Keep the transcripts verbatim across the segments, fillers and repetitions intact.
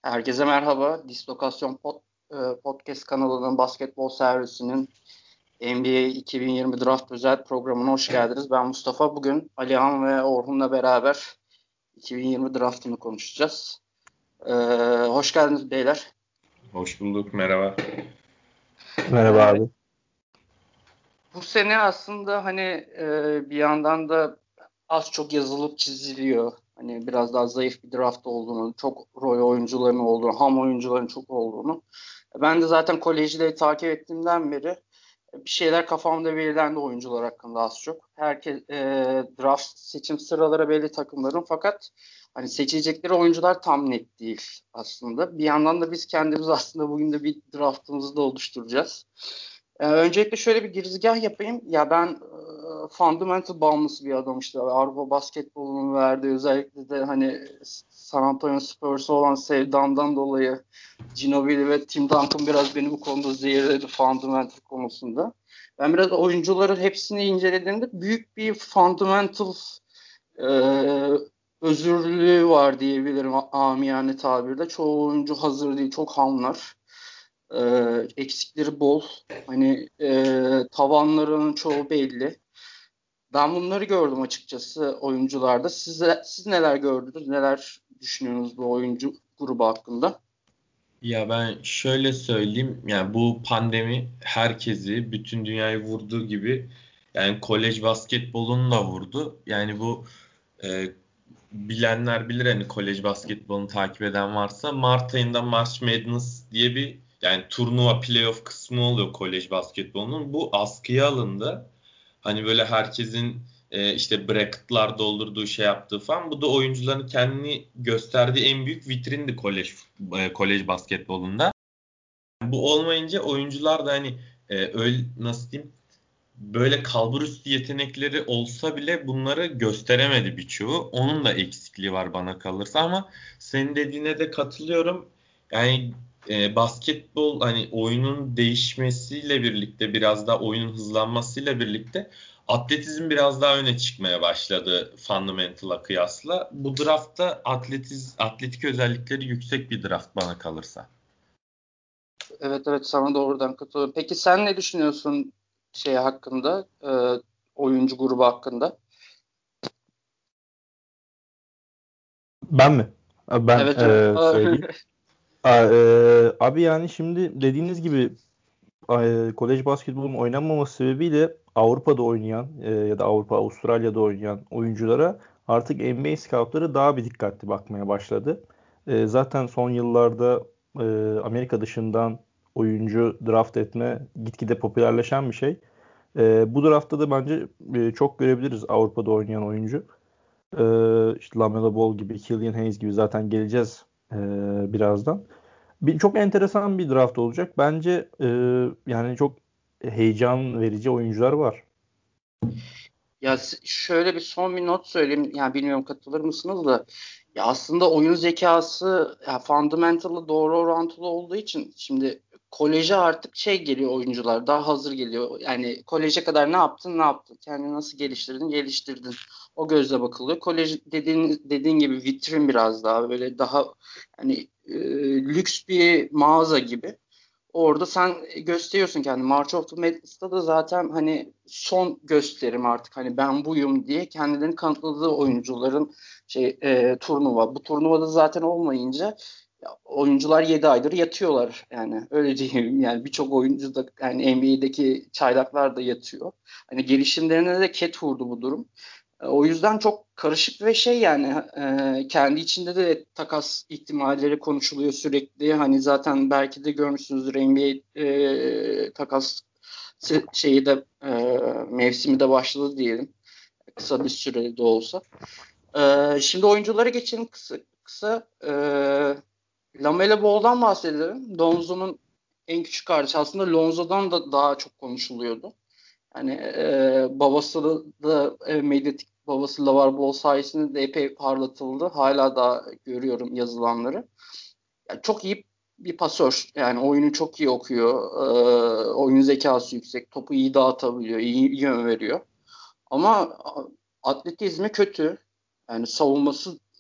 Herkese merhaba. Dislokasyon Pod, e, Podcast kanalının basketbol servisinin N B A iki bin yirmi Draft özel programına hoş geldiniz. Ben Mustafa. Bugün Alihan ve Orhun'la beraber iki bin yirmi Draft'ını konuşacağız. Ee, hoş geldiniz beyler. Hoş bulduk. Merhaba. Merhaba Ee, abi. Bu sene aslında hani e, bir yandan da az çok yazılıp çiziliyor. Hani biraz daha zayıf bir draft olduğunu, çok rol oyuncuların olduğunu, ham oyuncuların çok olduğunu. Ben de zaten kolejleri takip ettiğimden beri bir şeyler kafamda belirlendi oyuncular hakkında az çok. Herkes e, draft seçim sıraları belli takımların, fakat hani seçilecekleri oyuncular tam net değil aslında. Bir yandan da biz kendimiz aslında bugün de bir draftımızı da oluşturacağız. Ee, öncelikle şöyle bir girizgah yapayım. Ya ben e, fundamental bağımlısı bir adamım işte. Avrupa basketbolunun verdiği, özellikle de hani San Antonio Spurs'a olan sevdamdan dolayı Ginobili ve Tim Duncan biraz beni bu konuda zehirledi fundamental konusunda. Ben biraz oyuncuların hepsini incelediğimde büyük bir fundamental e, özürlülüğü var diyebilirim amiyane tabirde. Çoğu oyuncu hazır değil, çok hamlar. E, eksikleri bol. Hani e, tavanlarının çoğu belli. Ben bunları gördüm açıkçası oyuncularda. Siz, siz neler gördünüz? Neler düşünüyorsunuz bu oyuncu grubu hakkında? Ya ben şöyle söyleyeyim. Yani bu pandemi herkesi, bütün dünyayı vurduğu gibi yani kolej basketbolunu da vurdu. Yani bu e, bilenler bilir, hani kolej basketbolunu takip eden varsa Mart ayında March Madness diye bir yani turnuva playoff kısmı oluyor kolej basketbolunun. Bu askıya alındı. Hani böyle herkesin e, işte bracketlar doldurduğu şey yaptığı falan. Bu da oyuncuların kendini gösterdiği en büyük vitrindi kolej e, kolej basketbolunda. Bu olmayınca oyuncular da hani e, öyle nasıl diyeyim, böyle kalburüstü yetenekleri olsa bile bunları gösteremedi birçoğu. Onun da eksikliği var bana kalırsa, ama senin dediğine de katılıyorum. Yani e, basketbol hani oyunun değişmesiyle birlikte, biraz daha oyunun hızlanmasıyla birlikte atletizm biraz daha öne çıkmaya başladı fundamental'a kıyasla. Bu draftta atletiz, atletik özellikleri yüksek bir draft bana kalırsa. Evet, evet, sana doğrudan katılıyorum. Peki sen ne düşünüyorsun şey hakkında, e, oyuncu grubu hakkında? Ben mi? Abi Ben Evet, evet. e, söyleyeyim. A- e, abi yani şimdi dediğiniz gibi e, kolej basketbolunun oynanmaması sebebiyle Avrupa'da oynayan e, ya da Avrupa, Avustralya'da oynayan oyunculara artık N B A scoutları daha bir dikkatli bakmaya başladı. E, zaten son yıllarda e, Amerika dışından oyuncu draft etme gitgide popülerleşen bir şey. E, bu draftta da bence e, çok görebiliriz Avrupa'da oynayan oyuncu. Ee, işte Lamelo Ball gibi, Killian Hayes gibi zaten geleceğiz ee, birazdan. Bir, çok enteresan bir draft olacak. Bence e, yani çok heyecan verici oyuncular var. Ya s- şöyle bir son bir not söyleyeyim. Yani bilmiyorum, katılır mısınız da. Ya aslında oyun zekası ya fundamental'ı doğru orantılı olduğu için şimdi koleje artık şey geliyor, oyuncular daha hazır geliyor. Yani koleje kadar ne yaptın ne yaptın? Kendini nasıl geliştirdin geliştirdin. O gözle bakılıyor. Kolej dediğin, dediğin gibi vitrin, biraz daha böyle daha hani e, lüks bir mağaza gibi. Orada sen gösteriyorsun kendini. March of the Madness'ta da zaten hani son gösterim artık, hani ben buyum diye kendilerini kanıtladığı oyuncuların şey e, turnuva. Bu turnuvada zaten olmayınca ya, oyuncular yedi aydır yatıyorlar, yani öyle diyeyim. Yani birçok oyuncu da, yani N B A'deki çaylaklar da yatıyor. Hani gelişimlerine de ket vurdu bu durum. E, O yüzden çok karışık ve şey, yani e, kendi içinde de takas ihtimalleri konuşuluyor sürekli. Hani zaten belki de görmüşsünüzdür, N B A e, takas se- şeyi de e, mevsimi de başladı diyelim. Kısa bir sürede de olsa. E, şimdi oyunculara geçelim kısa. kısa. E, Lamelo Ball'dan bahsedelim. Lonzo'nun en küçük kardeşi. Aslında Lonzo'dan da daha çok konuşuluyordu. Hani e, babası da e, medyatik, babası LaVar Ball sayesinde de epey parlatıldı. Hala da görüyorum yazılanları. Yani çok iyi bir pasör. Yani oyunu çok iyi okuyor. E, oyun zekası yüksek. Topu iyi dağıtabiliyor. İyi yön veriyor. Ama atletizmi kötü. Yani savunması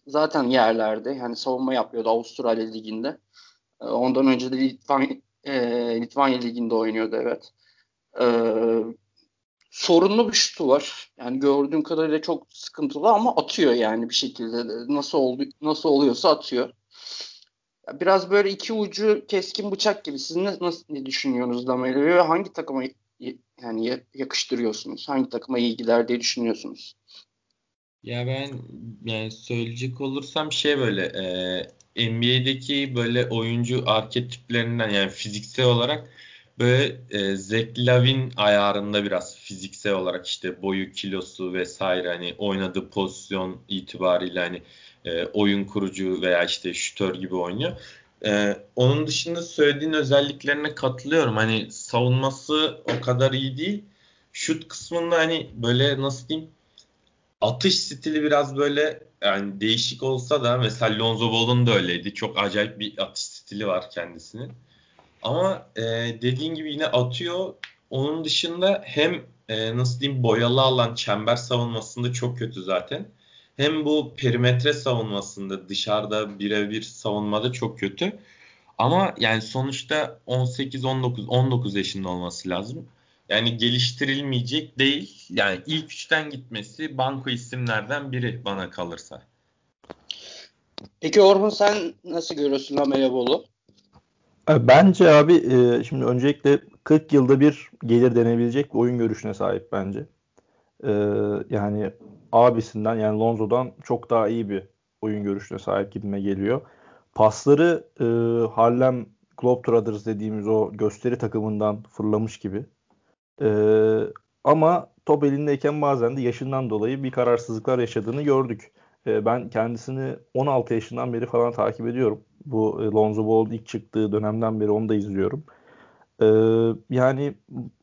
zaten yerlerde. Yani savunma yapıyordu Avustralya Ligi'nde. E, ondan önce de Litvan, e, Litvanya Ligi'nde oynuyordu, evet. E, sorunlu bir şutu var. Yani gördüğüm kadarıyla çok sıkıntılı ama atıyor yani bir şekilde. Nasıl oldu, nasıl oluyorsa atıyor. Ya biraz böyle iki ucu keskin bıçak gibi. Siz ne, nasıl ne düşünüyorsunuz Lamelo'yu ve hangi takıma y- yani ya- yakıştırıyorsunuz? Hangi takıma iyi gider diye düşünüyorsunuz? Ya ben yani söyleyecek olursam şey böyle e, N B A'deki böyle oyuncu arketiplerinden yani fiziksel olarak böyle e, Zach Lavin ayarında biraz fiziksel olarak işte boyu kilosu vesaire hani oynadığı pozisyon itibariyle hani e, oyun kurucu veya işte şütör gibi oynuyor. E, onun dışında söylediğin özelliklerine katılıyorum. Hani savunması o kadar iyi değil. Şut kısmında hani böyle nasıl diyeyim atış stili biraz böyle yani değişik olsa da mesela Lonzo Ball'un da öyleydi. Çok acayip bir atış stili var kendisinin. Ama e, dediğin gibi yine atıyor. Onun dışında hem e, nasıl diyeyim boyalı alan çember savunmasında çok kötü zaten. Hem bu perimetre savunmasında dışarıda birebir savunmada çok kötü. Ama yani sonuçta on sekiz on dokuz on dokuz yaşında olması lazım. Yani geliştirilmeyecek değil. Yani ilk üçten gitmesi banko isimlerden biri bana kalırsa. Peki Orhun, sen nasıl görüyorsun Lamelo Ball'u? E, Bence abi e, şimdi öncelikle kırk yılda bir gelir denebilecek bir oyun görüşüne sahip bence. E, Yani abisinden yani Lonzo'dan çok daha iyi bir oyun görüşüne sahip gibime geliyor. Pasları e, Harlem Globetrotters dediğimiz o gösteri takımından fırlamış gibi. E, Ama top elindeyken bazen de yaşından dolayı bir kararsızlıklar yaşadığını gördük. E, ben kendisini on altı yaşından beri falan takip ediyorum. Bu e, Lonzo Ball ilk çıktığı dönemden beri onu da izliyorum. E, Yani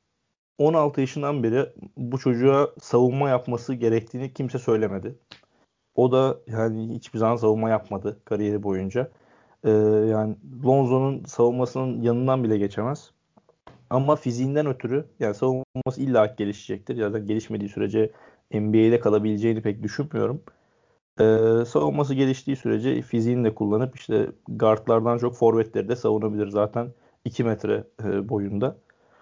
on altı yaşından beri bu çocuğa savunma yapması gerektiğini kimse söylemedi. O da yani hiçbir zaman savunma yapmadı kariyeri boyunca. Ee, Yani Lonzo'nun savunmasının yanından bile geçemez. Ama fiziğinden ötürü yani savunması illa ki gelişecektir. Ya da gelişmediği sürece N B A'de kalabileceğini pek düşünmüyorum. Ee, savunması geliştiği sürece fiziğini de kullanıp işte guardlardan çok forvetleri de savunabilir. Zaten iki metre e, boyunda.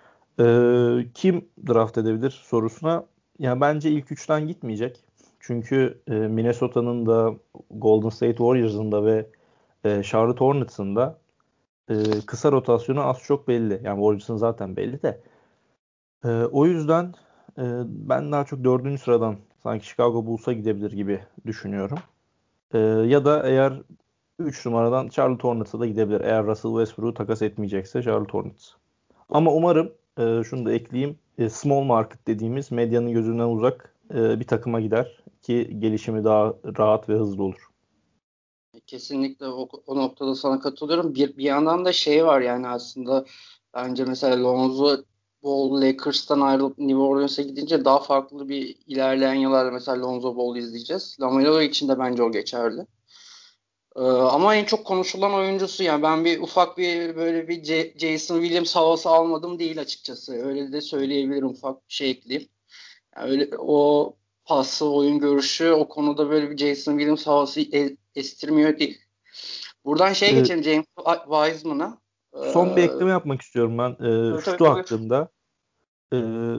Ee, kim draft edebilir sorusuna ya bence ilk üçten gitmeyecek. Çünkü e, Minnesota'nın da Golden State Warriors'ın da ve e, Charlotte Hornets'ın da e, kısa rotasyonu az çok belli. Yani Warriors'ın zaten belli de. E, o yüzden e, ben daha çok dördüncü sıradan sanki Chicago Bulls'a gidebilir gibi düşünüyorum. E, ya da eğer üç numaradan Charlotte Hornets'a da gidebilir. Eğer Russell Westbrook'u takas etmeyecekse Charlotte Hornets. Ama umarım e, şunu da ekleyeyim. E, small market dediğimiz medyanın gözünden uzak e, bir takıma gider ki gelişimi daha rahat ve hızlı olur. Kesinlikle o, o noktada sana katılıyorum. Bir, bir yandan da şey var yani aslında bence mesela Lonzo Ball Lakers'tan ayrılıp New Orleans'a gidince daha farklı bir ilerleyen yıllarda mesela Lonzo Ball izleyeceğiz. Lamelo için de bence o geçerli. Ee, ama en çok konuşulan oyuncusu yani ben bir ufak bir böyle bir J- Jason Williams havası almadım değil açıkçası. Öyle de söyleyebilirim, ufak bir şey ekleyeyim. Yani öyle o pası, oyun görüşü o konuda böyle bir Jason Williams havası e- estirmiyor değil. Buradan şeye E, geçelim, James Wiseman'a. Son bir Ee, ekleme yapmak istiyorum ben. E, tabii tabii şutu buyur. hakkında. E,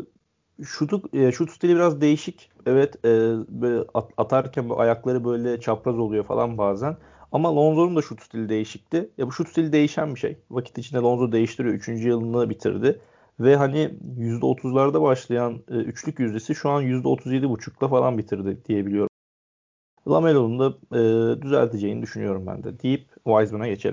şutu, e, şut stili biraz değişik. Evet, e, böyle at- atarken bu ayakları böyle çapraz oluyor falan bazen. Ama Lonzo'nun da şut stili değişikti. Ya bu şut stili değişen bir şey. Vakit içinde Lonzo değiştiriyor. Üçüncü yılını bitirdi. Ve hani yüzde otuzlarda başlayan e, üçlük yüzdesi şu an yüzde otuz yedi buçukla falan bitirdi diyebiliyorum. Lamelo'nun da e, düzelteceğini düşünüyorum ben de deyip Wiseman'a geçelim.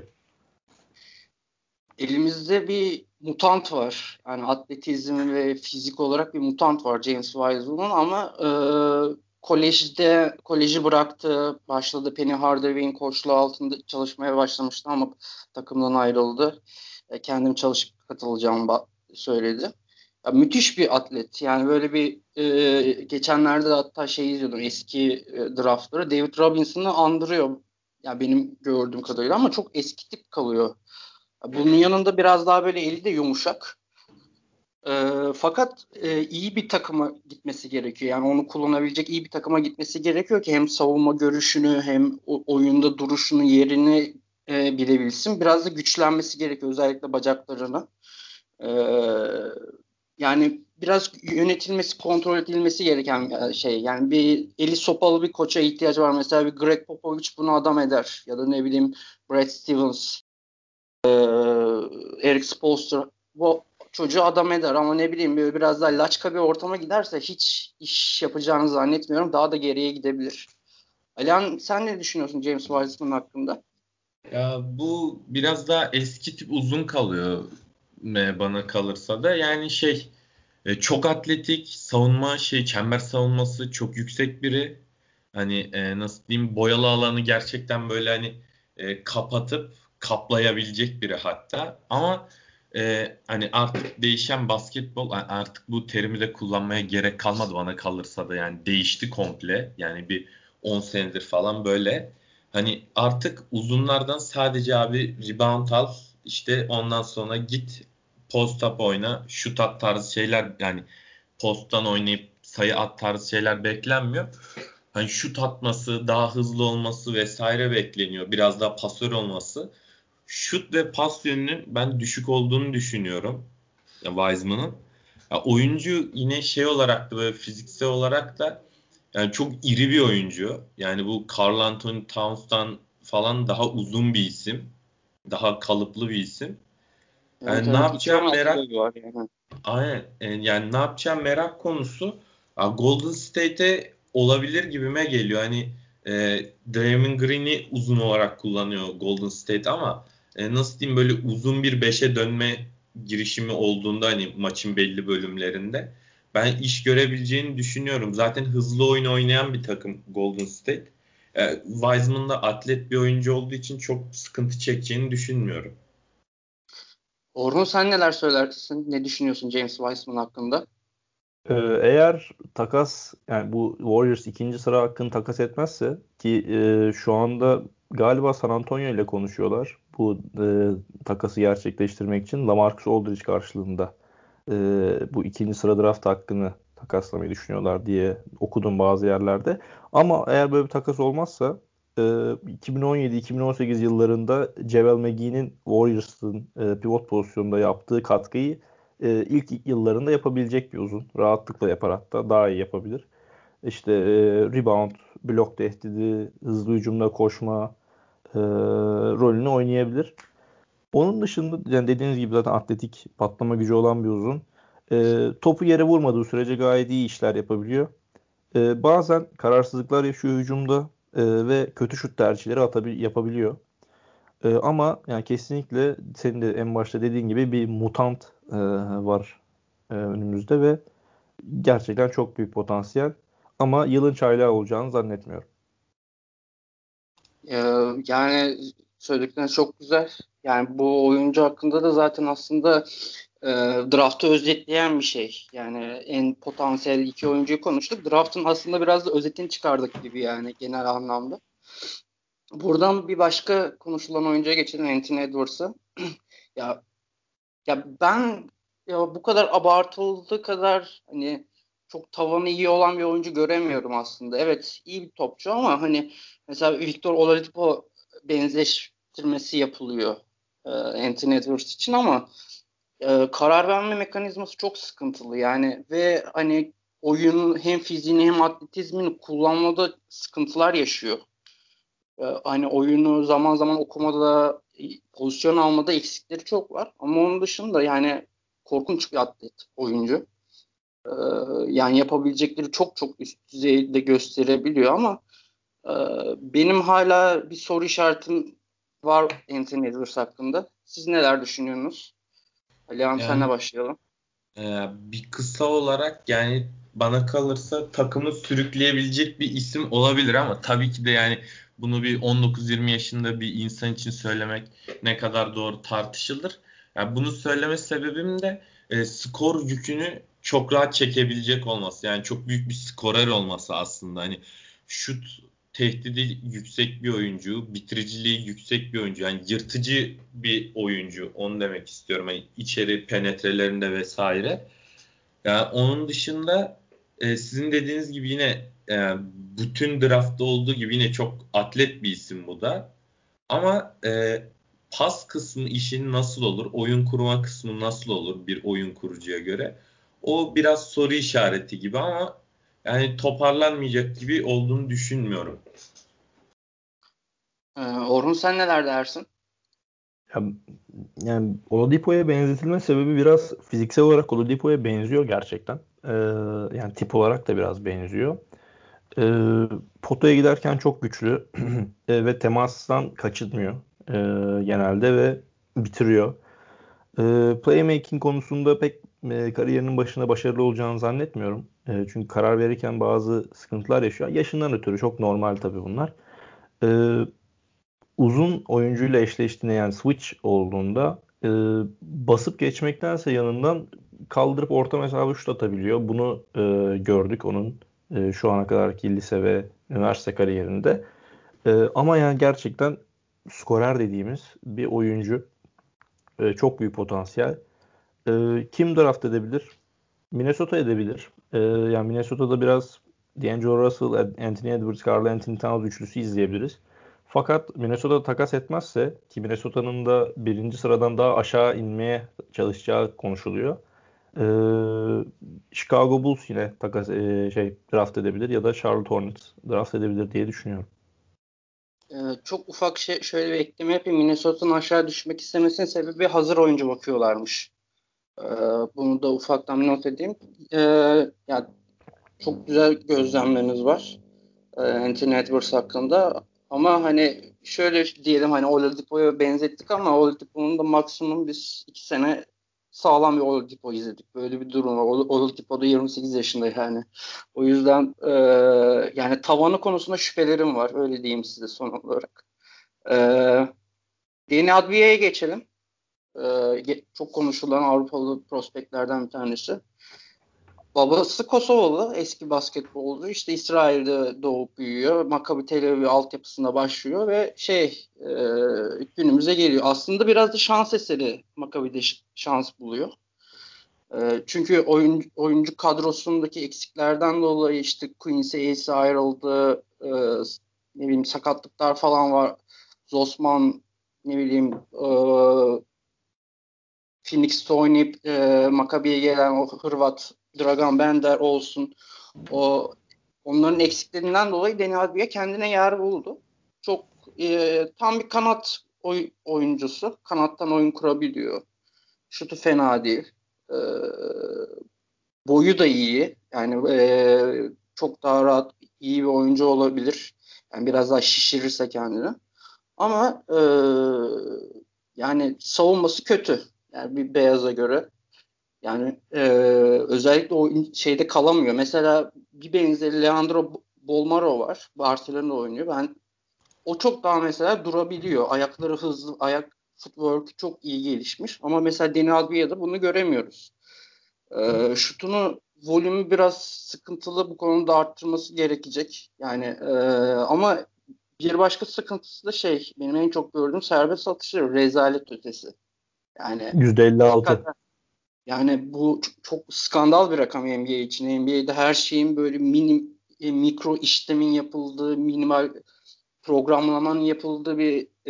Elimizde bir mutant var. Yani atletizm ve fizik olarak bir mutant var James Wiseman'ın ama e, kolejde koleji bıraktı. Başladı, Penny Hardaway'in koçluğu altında çalışmaya başlamıştı ama takımdan ayrıldı. E, kendim çalışıp katılacağımı ba- söyledi. Ya, müthiş bir atlet. Yani böyle bir e, geçenlerde de hatta şey izliyordum, eski e, draftları. David Robinson'ı andırıyor. Ya benim gördüğüm kadarıyla ama çok eski tip kalıyor. Bunun yanında biraz daha böyle eli de yumuşak. E, fakat e, iyi bir takıma gitmesi gerekiyor. Yani onu kullanabilecek iyi bir takıma gitmesi gerekiyor ki hem savunma görüşünü hem o, oyunda duruşunu, yerini e, bilebilsin. Biraz da güçlenmesi gerekiyor özellikle bacaklarını. E, Yani biraz yönetilmesi, kontrol edilmesi gereken e, şey. Yani bir eli sopalı bir koça ihtiyacı var. Mesela bir Greg Popovich bunu adam eder. Ya da ne bileyim Brad Stevens, e, Eric Spoelstra bu çocuğu adam eder ama ne bileyim böyle biraz daha laçka bir ortama giderse hiç iş yapacağını zannetmiyorum. Daha da geriye gidebilir. Alihan sen ne düşünüyorsun James Wiseman hakkında? Ya bu biraz daha eski tip uzun kalıyor e, bana kalırsa da. Yani şey e, çok atletik, savunma şey çember savunması çok yüksek biri. Hani e, nasıl diyeyim, boyalı alanı gerçekten böyle hani e, kapatıp kaplayabilecek biri hatta. Ama e, hani artık değişen basketbol, artık bu terimi de kullanmaya gerek kalmadı bana kalırsa da, yani değişti komple. Yani bir on senedir falan böyle. Hani artık uzunlardan sadece abi rebound al, işte ondan sonra git post up oyna, şut at tarzı şeyler, yani posttan oynayıp sayı at tarzı şeyler beklenmiyor. Hani şut atması, daha hızlı olması vesaire bekleniyor. Biraz daha pasör olması. Şut ve pas yönünün ben düşük olduğunu düşünüyorum. Ya Wiseman'ın. Ya oyuncu yine şey olarak da, böyle fiziksel olarak da yani çok iri bir oyuncu. Yani bu Karl Anthony Towns'tan falan daha uzun bir isim. Daha kalıplı bir isim. Evet Yani ne evet iki on yapacağım altı merak. boyu var yani. Aynen. Yani, yani ne yapacağım merak konusu. Ya Golden State'e olabilir gibime geliyor. Hani e, Draymond Green'i uzun olarak kullanıyor Golden State ama e, nasıl diyeyim, böyle uzun bir beşe dönme girişimi olduğunda hani maçın belli bölümlerinde ben iş görebileceğini düşünüyorum. Zaten hızlı oyun oynayan bir takım Golden State. E, Wiseman da atlet bir oyuncu olduğu için çok sıkıntı çekeceğini düşünmüyorum. Orhun sen neler söylersin? Ne düşünüyorsun James Wiseman hakkında? Ee, eğer takas yani bu Warriors ikinci sıra hakkını takas etmezse ki e, şu anda galiba San Antonio ile konuşuyorlar bu e, takası gerçekleştirmek için LaMarcus Aldridge karşılığında e, bu ikinci sıra draft hakkını takaslamayı düşünüyorlar diye okudum bazı yerlerde. Ama eğer böyle bir takas olmazsa e, iki bin on yedi-iki bin on sekiz yıllarında JaVale McGee'nin Warriors'ın e, pivot pozisyonunda yaptığı katkıyı e, ilk yıllarında yapabilecek bir uzun. Rahatlıkla yapar, hatta daha iyi yapabilir. İşte e, rebound, blok tehdidi, hızlı hücumda koşma e, rolünü oynayabilir. Onun dışında yani dediğiniz gibi zaten atletik, patlama gücü olan bir uzun. E, topu yere vurmadığı sürece gayet iyi işler yapabiliyor. E, bazen kararsızlıklar yaşıyor hücumda e, ve kötü şut tercihleri atabil yapabiliyor. E, ama yani kesinlikle senin de en başta dediğin gibi bir mutant e, var e, önümüzde ve gerçekten çok büyük potansiyel. Ama yılın çaylağı olacağını zannetmiyorum. Ee, Yani söyledikleriniz çok güzel. Yani bu oyuncu hakkında da zaten aslında e, draftı özetleyen bir şey. Yani en potansiyel iki oyuncuyu konuştuk. Draftın aslında biraz da özetini çıkardık gibi yani genel anlamda. Buradan bir başka konuşulan oyuncuya geçelim Anthony Edwards'a. Ya ya ben ya bu kadar abartıldığı kadar hani çok tavanı iyi olan bir oyuncu göremiyorum aslında. Evet iyi bir topçu ama hani mesela Victor Oladipo benzeştirmesi yapılıyor e, Anthony Edwards için ama e, karar verme mekanizması çok sıkıntılı yani ve hani oyunun hem fiziğini hem atletizmini kullanmada sıkıntılar yaşıyor. E, hani oyunu zaman zaman okumada, pozisyon almada eksikleri çok var. Ama onun dışında yani korkunç bir atlet oyuncu. E, Yani yapabilecekleri çok çok üst düzeyde gösterebiliyor ama e, benim hala bir soru işaretim var Anthony Edwards hakkında. Siz neler düşünüyorsunuz? Alihan senle Yani başlayalım. Ee, bir kısa olarak, yani bana kalırsa takımı sürükleyebilecek bir isim olabilir ama tabii ki de yani bunu bir on dokuz yirmi yaşında bir insan için söylemek ne kadar doğru tartışılır. Yani bunu söyleme sebebim de e, skor yükünü çok rahat çekebilecek olması. Yani çok büyük bir skorer olması aslında. Hani şut tehdidi yüksek bir oyuncu, bitiriciliği yüksek bir oyuncu. Yani yırtıcı bir oyuncu. Onu demek istiyorum. Hani içeri penetrelerinde vesaire. Yani onun dışında e, sizin dediğiniz gibi yine e, bütün draftta olduğu gibi yine çok atlet bir isim bu da. Ama e, pas kısmı işin nasıl olur? Oyun kurma kısmı nasıl olur bir oyun kurucuya göre? O biraz soru işareti gibi ama yani toparlanmayacak gibi olduğunu düşünmüyorum. Ee, Orhun sen neler dersin? Ya, yani Oladipo'ya benzetilme sebebi biraz fiziksel olarak Oladipo'ya benziyor gerçekten. Ee, yani tip olarak da biraz benziyor. Ee, potaya giderken çok güçlü Ee, ve temastan kaçınmıyor ee, genelde ve bitiriyor. Ee, playmaking konusunda pek e, kariyerinin başına başarılı olacağını zannetmiyorum. Ee, çünkü karar verirken bazı sıkıntılar yaşıyor. Yaşından ötürü çok normal tabii bunlar. Ee, uzun oyuncuyla eşleştiğinde yani switch olduğunda e, basıp geçmektense yanından kaldırıp orta mesafe şut atabiliyor. Bunu e, gördük onun e, şu ana kadarki lise ve üniversite kariyerinde. E, ama yani gerçekten skorer dediğimiz bir oyuncu. E, çok büyük potansiyel. E, kim draft edebilir? Minnesota edebilir. E, yani Minnesota'da biraz D'Angelo Russell, Anthony Edwards, Karl Anthony Towns üçlüsü izleyebiliriz. Fakat Minnesota takas etmezse ki Minnesota'nın da birinci sıradan daha aşağı inmeye çalışacağı konuşuluyor. Ee, Chicago Bulls yine takas e, şey draft edebilir ya da Charlotte Hornets draft edebilir diye düşünüyorum. Ee, çok ufak şey, şöyle bir ekleme yapayım. Minnesota'nın aşağı düşmek istemesinin sebebi hazır oyuncu bakıyorlarmış. Ee, Bunu da ufaktan bir not edeyim. Ee, Ya çok güzel gözlemleriniz var e, Anthony Edwards hakkında. Ama hani şöyle diyelim hani Oladipo'ya benzettik ama Oladipo'nun da maksimum biz iki sene sağlam bir Oladipo izledik. Böyle bir durum var. Ol- Oladipo da yirmi sekiz yaşında yani. O yüzden e, yani tavanı konusunda şüphelerim var. Öyle diyeyim size son olarak. E, Deni Adviye'ye geçelim. E, ge- Çok konuşulan Avrupalı prospektlerden bir tanesi. Babası Kosovalı, eski basketbolcu. İşte İsrail'de doğup büyüyor. Maccabi Tel Aviv altyapısında başlıyor ve şey e, günümüze geliyor. Aslında biraz da şans eseri Maccabi'de ş- şans buluyor. E, çünkü oyun, oyuncu kadrosundaki eksiklerden dolayı işte Quincy Ace ayrıldı. E, ne bileyim sakatlıklar falan var. Zosman ne bileyim e, Phoenix'te oynayıp e, Maccabi'ye gelen o Hırvat Dragan Bender olsun. O onların eksiklerinden dolayı Deni Adviye kendine yer buldu. Çok e, tam bir kanat oy, oyuncusu. Kanattan oyun kurabiliyor. Şutu fena değil. E, Boyu da iyi. Yani e, çok daha rahat iyi bir oyuncu olabilir. Yani biraz daha şişirirse kendini. Ama e, yani savunması kötü. Yani bir beyaza göre. Yani e, özellikle o şeyde kalamıyor. Mesela bir benzeri Leandro Bolmaro var. Barcelona'da oynuyor. Ben o çok daha mesela durabiliyor. Ayakları hızlı, ayak footwork çok iyi gelişmiş. Ama mesela Deni Alveya'da bunu göremiyoruz. E, şutunu volümü biraz sıkıntılı, bu konuda arttırması gerekecek. Yani e, ama bir başka sıkıntısı da şey, benim en çok gördüğüm serbest atışları rezalet ötesi. Yani yüzde elli altı. hakikaten yani bu çok, çok skandal bir rakam N B A için. N B A'de her şeyin böyle minim, e, mikro işlemin yapıldığı, minimal programlamanın yapıldığı bir e,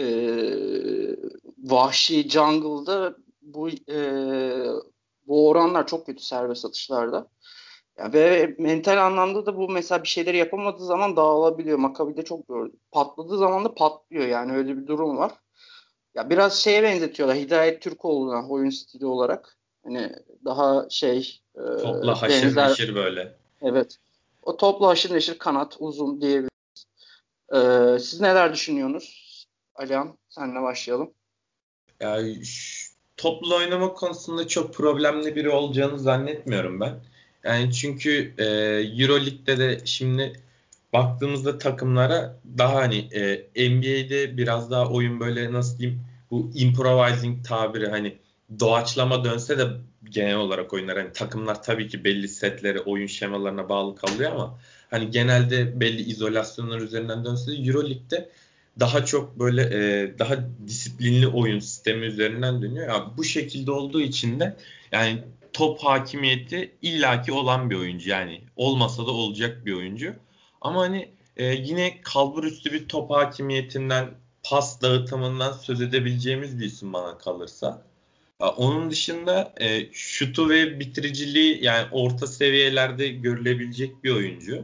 vahşi jungle'da bu e, bu oranlar çok kötü serbest atışlarda. Ya ve mental anlamda da bu mesela bir şeyleri yapamadığı zaman dağılabiliyor. Maccabi'de çok gördüm. Patladığı zaman da patlıyor yani öyle bir durum var. Ya biraz şeye benzetiyorlar Hidayet Türkoğlu'na oyun stili olarak. Hani daha şey e, Topla haşır benzer neşir böyle. evet. O toplu haşır neşir kanat uzun diyebiliriz. E, Siz neler düşünüyorsunuz? Alihan senle başlayalım. Yani şu- toplu oynama konusunda çok problemli biri olacağını zannetmiyorum ben. Yani çünkü e, Euroleague'de de şimdi baktığımızda takımlara daha hani e, N B A'de biraz daha oyun böyle nasıl diyeyim bu improvising tabiri hani doğaçlama dönse de genel olarak oyunlar hani takımlar tabii ki belli setlere oyun şemalarına bağlı kalıyor ama hani genelde belli izolasyonlar üzerinden dönse de Euroleague'de daha çok böyle e, daha disiplinli oyun sistemi üzerinden dönüyor. Ya bu şekilde olduğu için de yani top hakimiyeti illaki olan bir oyuncu. Yani olmasa da olacak bir oyuncu. Ama hani e, yine kalbur üstü bir top hakimiyetinden, pas dağıtımından söz edebileceğimiz bir isim bana kalırsa. Ya onun dışında e, şutu ve bitiriciliği yani orta seviyelerde görülebilecek bir oyuncu.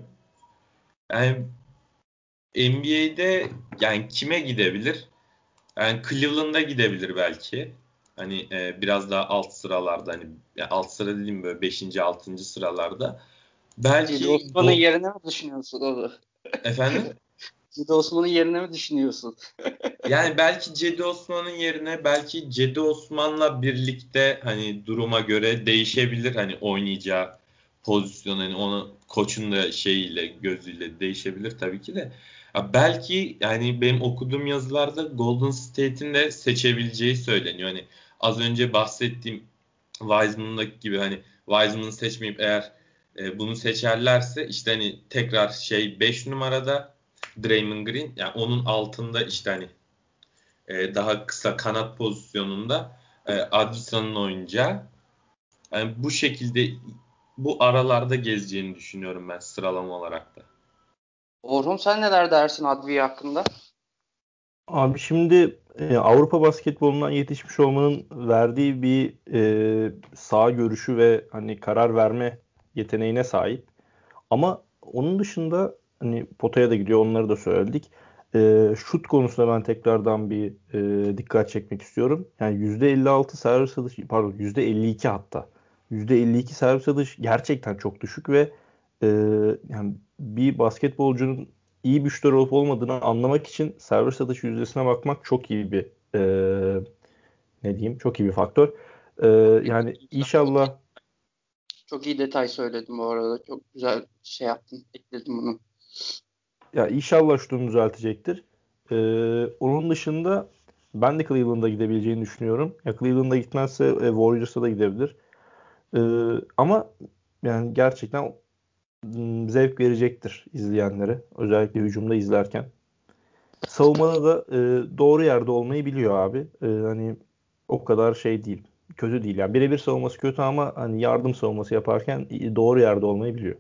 Yani N B A'de yani kime gidebilir? Yani Cleveland'a gidebilir belki. Hani e, biraz daha alt sıralarda hani ya alt sıra dediğim böyle beşinci altıncı sıralarda. Cedi Belki Osman'ın Go yerine mi düşünüyorsun onu? efendim? Cedi Osman'ın yerine mi düşünüyorsun? Yani belki Cedi Osman'ın yerine belki Cedi Osman'la birlikte hani duruma göre değişebilir hani oynayacağı pozisyon hani onu koçun da şeyiyle gözüyle değişebilir tabii ki de. Ya belki yani benim okuduğum yazılarda Golden State'in de seçebileceği söyleniyor. Hani az önce bahsettiğim Wiseman'daki gibi hani Wiseman'ı seçmeyip eğer e, bunu seçerlerse işte hani tekrar şey beş numarada Draymond Green yani onun altında işte hani e, daha kısa kanat pozisyonunda e, Adrisa'nın oynayacağı. Yani bu şekilde bu aralarda gezeceğini düşünüyorum ben sıralama olarak da. Orhun sen neler dersin Advi hakkında? Abi şimdi e, Avrupa basketbolundan yetişmiş olmanın verdiği bir e, sağ görüşü ve hani karar verme yeteneğine sahip. Ama onun dışında hani potaya da gidiyor onları da söyledik. E, şut konusunda ben tekrardan bir e, dikkat çekmek istiyorum. Yani yüzde elli altı servis atış pardon yüzde elli iki hatta. yüzde elli iki servis atış gerçekten çok düşük ve e, yani bir basketbolcunun iyi bir şutör olup olmadığını anlamak için servis atış yüzdesine bakmak çok iyi bir e, ne diyeyim çok iyi bir faktör. E, Çok iyi, yani çok iyi, inşallah çok iyi detay söyledim bu arada. Çok güzel şey yaptın, ekledim bunu. ya inşallah şutunu düzeltecektir. E, onun dışında ben de Cleveland'a gidebileceğini düşünüyorum. Ya Cleveland'a gitmezse e, Warriors'a da gidebilir. E, ama yani gerçekten m, zevk verecektir izleyenlere. Özellikle hücumda izlerken. Savunmada da e, doğru yerde olmayı biliyor abi. E, hani o kadar şey değil. Kötü değil. Yani birebir savunması kötü ama hani yardım savunması yaparken doğru yerde olmayı biliyor.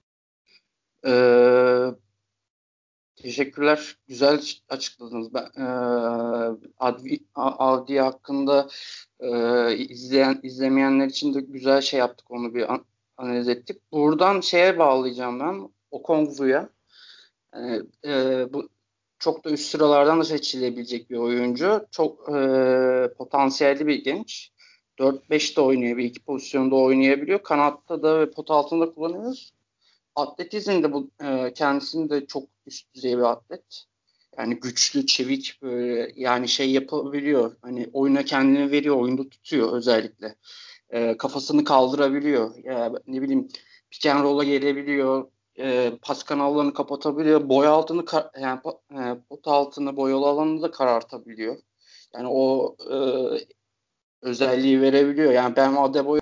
Ee, Teşekkürler. Güzel açıkladınız. Ben eee Advi, A- Avdi hakkında eee, izleyen izlemeyenler için de güzel şey yaptık. Onu bir an- analiz ettik. Buradan şeye bağlayacağım ben. Okongwu'ya. Yani, eee, bu çok da üst sıralardan da seçilebilecek bir oyuncu. Çok eee, potansiyelli bir genç. dört beş de oynayabiliyor. İki pozisyonda oynayabiliyor. Kanatta da ve pot altında kullanıyoruz. Atletizmde bu e, kendisini de çok üst düzey bir atlet. Yani güçlü, çevik böyle yani şey yapabiliyor. Hani oyuna kendini veriyor, oyunda tutuyor özellikle. E, kafasını kaldırabiliyor. Ya, ne bileyim pick and roll'a gelebiliyor. E, pas kanallarını kapatabiliyor. Boy altını ka- yani po- e, pot altını boyalı alanını da karartabiliyor. Yani o e, özelliği verebiliyor. Yani Ben Adebayo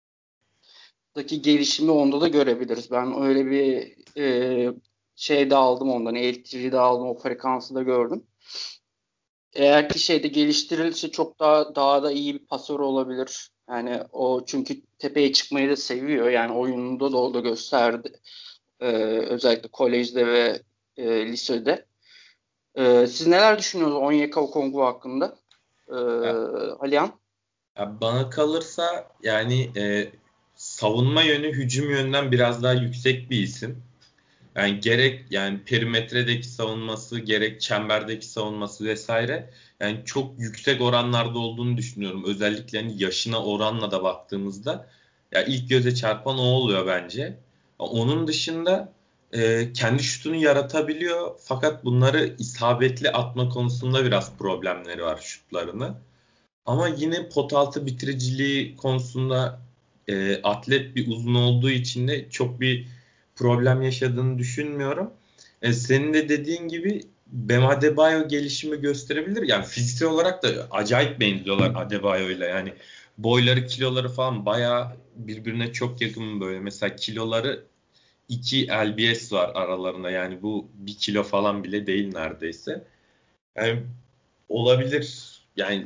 daki gelişimi onda da görebiliriz. Ben öyle bir e, şey de aldım ondan. Elektriği de aldım. O frekansı da gördüm. Eğer ki şeyde geliştirilirse çok daha daha da iyi bir pasör olabilir. Yani o çünkü tepeye çıkmayı da seviyor. Yani oyununda da o da gösterdi. E, özellikle kolejde ve e, lisede. E, siz neler düşünüyorsunuz Onyeka Okongwu hakkında? E, Ya, Alihan? ya bana kalırsa yani e, savunma yönü hücum yönünden biraz daha yüksek bir isim. Yani gerek yani perimetredeki savunması gerek çemberdeki savunması vesaire yani çok yüksek oranlarda olduğunu düşünüyorum. Özellikle hani yaşına oranla da baktığımızda ya ilk göze çarpan o oluyor bence. Onun dışında e, kendi şutunu yaratabiliyor fakat bunları isabetli atma konusunda biraz problemleri var şutlarını. Ama yine pot altı bitiriciliği konusunda e, atlet bir uzun olduğu için de çok bir problem yaşadığını düşünmüyorum. E, senin de dediğin gibi Bam Adebayo gelişimi gösterebilir. Yani fiziksel olarak da acayip benziyorlar Adebayo'yla. Yani boyları, kiloları falan bayağı birbirine çok yakın böyle. Mesela kiloları iki L B S var aralarında. Yani bu bir kilo falan bile değil neredeyse. Yani olabilir. Yani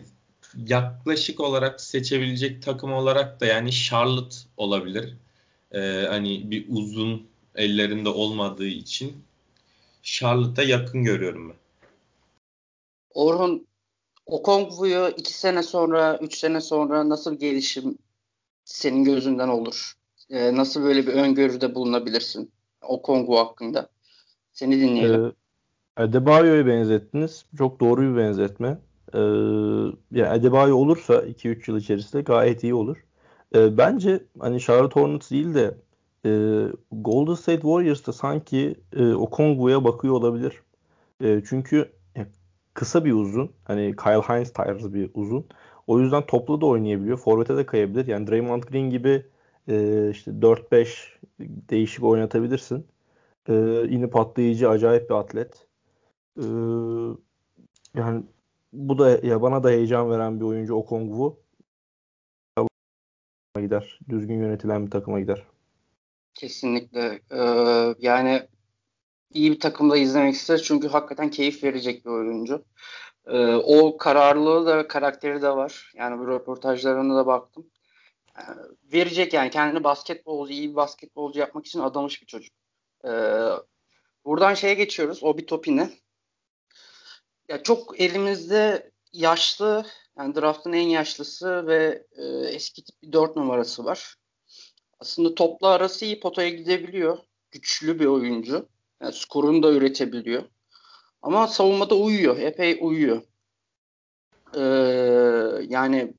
yaklaşık olarak seçebilecek takım olarak da yani Charlotte olabilir. Ee, hani bir uzun ellerinde olmadığı için Charlotte'a yakın görüyorum ben. Orhun, Okongwu'yu iki sene sonra, üç sene sonra nasıl bir gelişim senin gözünden olur? Ee, nasıl böyle bir öngörüde bulunabilirsin Okongwu hakkında? Seni dinleyelim. Ee, Adebayo'ya benzettiniz. Çok doğru bir benzetme. Ee, yani Adebayo olursa iki üç yıl içerisinde gayet iyi olur. Ee, bence hani Charlotte Hornets değil de e, Golden State Warriors da sanki e, Okongwu'ya bakıyor olabilir. E, çünkü e, kısa bir uzun. Hani Kyle Hines tarzı bir uzun. O yüzden toplu da oynayabiliyor. Forvet'e de kayabilir. Yani Draymond Green gibi e, işte dört beş değişik oynatabilirsin. E, yine patlayıcı acayip bir atlet. E, yani bu da ya bana da heyecan veren bir oyuncu Okongwu. Gider. Düzgün yönetilen bir takıma gider. Kesinlikle. Ee, yani iyi bir takımda izlemek isteriz çünkü hakikaten keyif verecek bir oyuncu. Ee, o kararlılığı da karakteri de var. Yani bu röportajlarına da baktım. Ee, verecek yani kendini basketbolcu, iyi bir basketbolcu yapmak için adamış bir çocuk. Ee, buradan şeye geçiyoruz. Obi Toppin'e. Ya çok elimizde yaşlı, yani draftın en yaşlısı ve e, eski tip bir dört numarası var. Aslında topla arası iyi, potaya gidebiliyor. Güçlü bir oyuncu. Yani skorunu da üretebiliyor. Ama savunmada uyuyor. Epey uyuyor. Ee, yani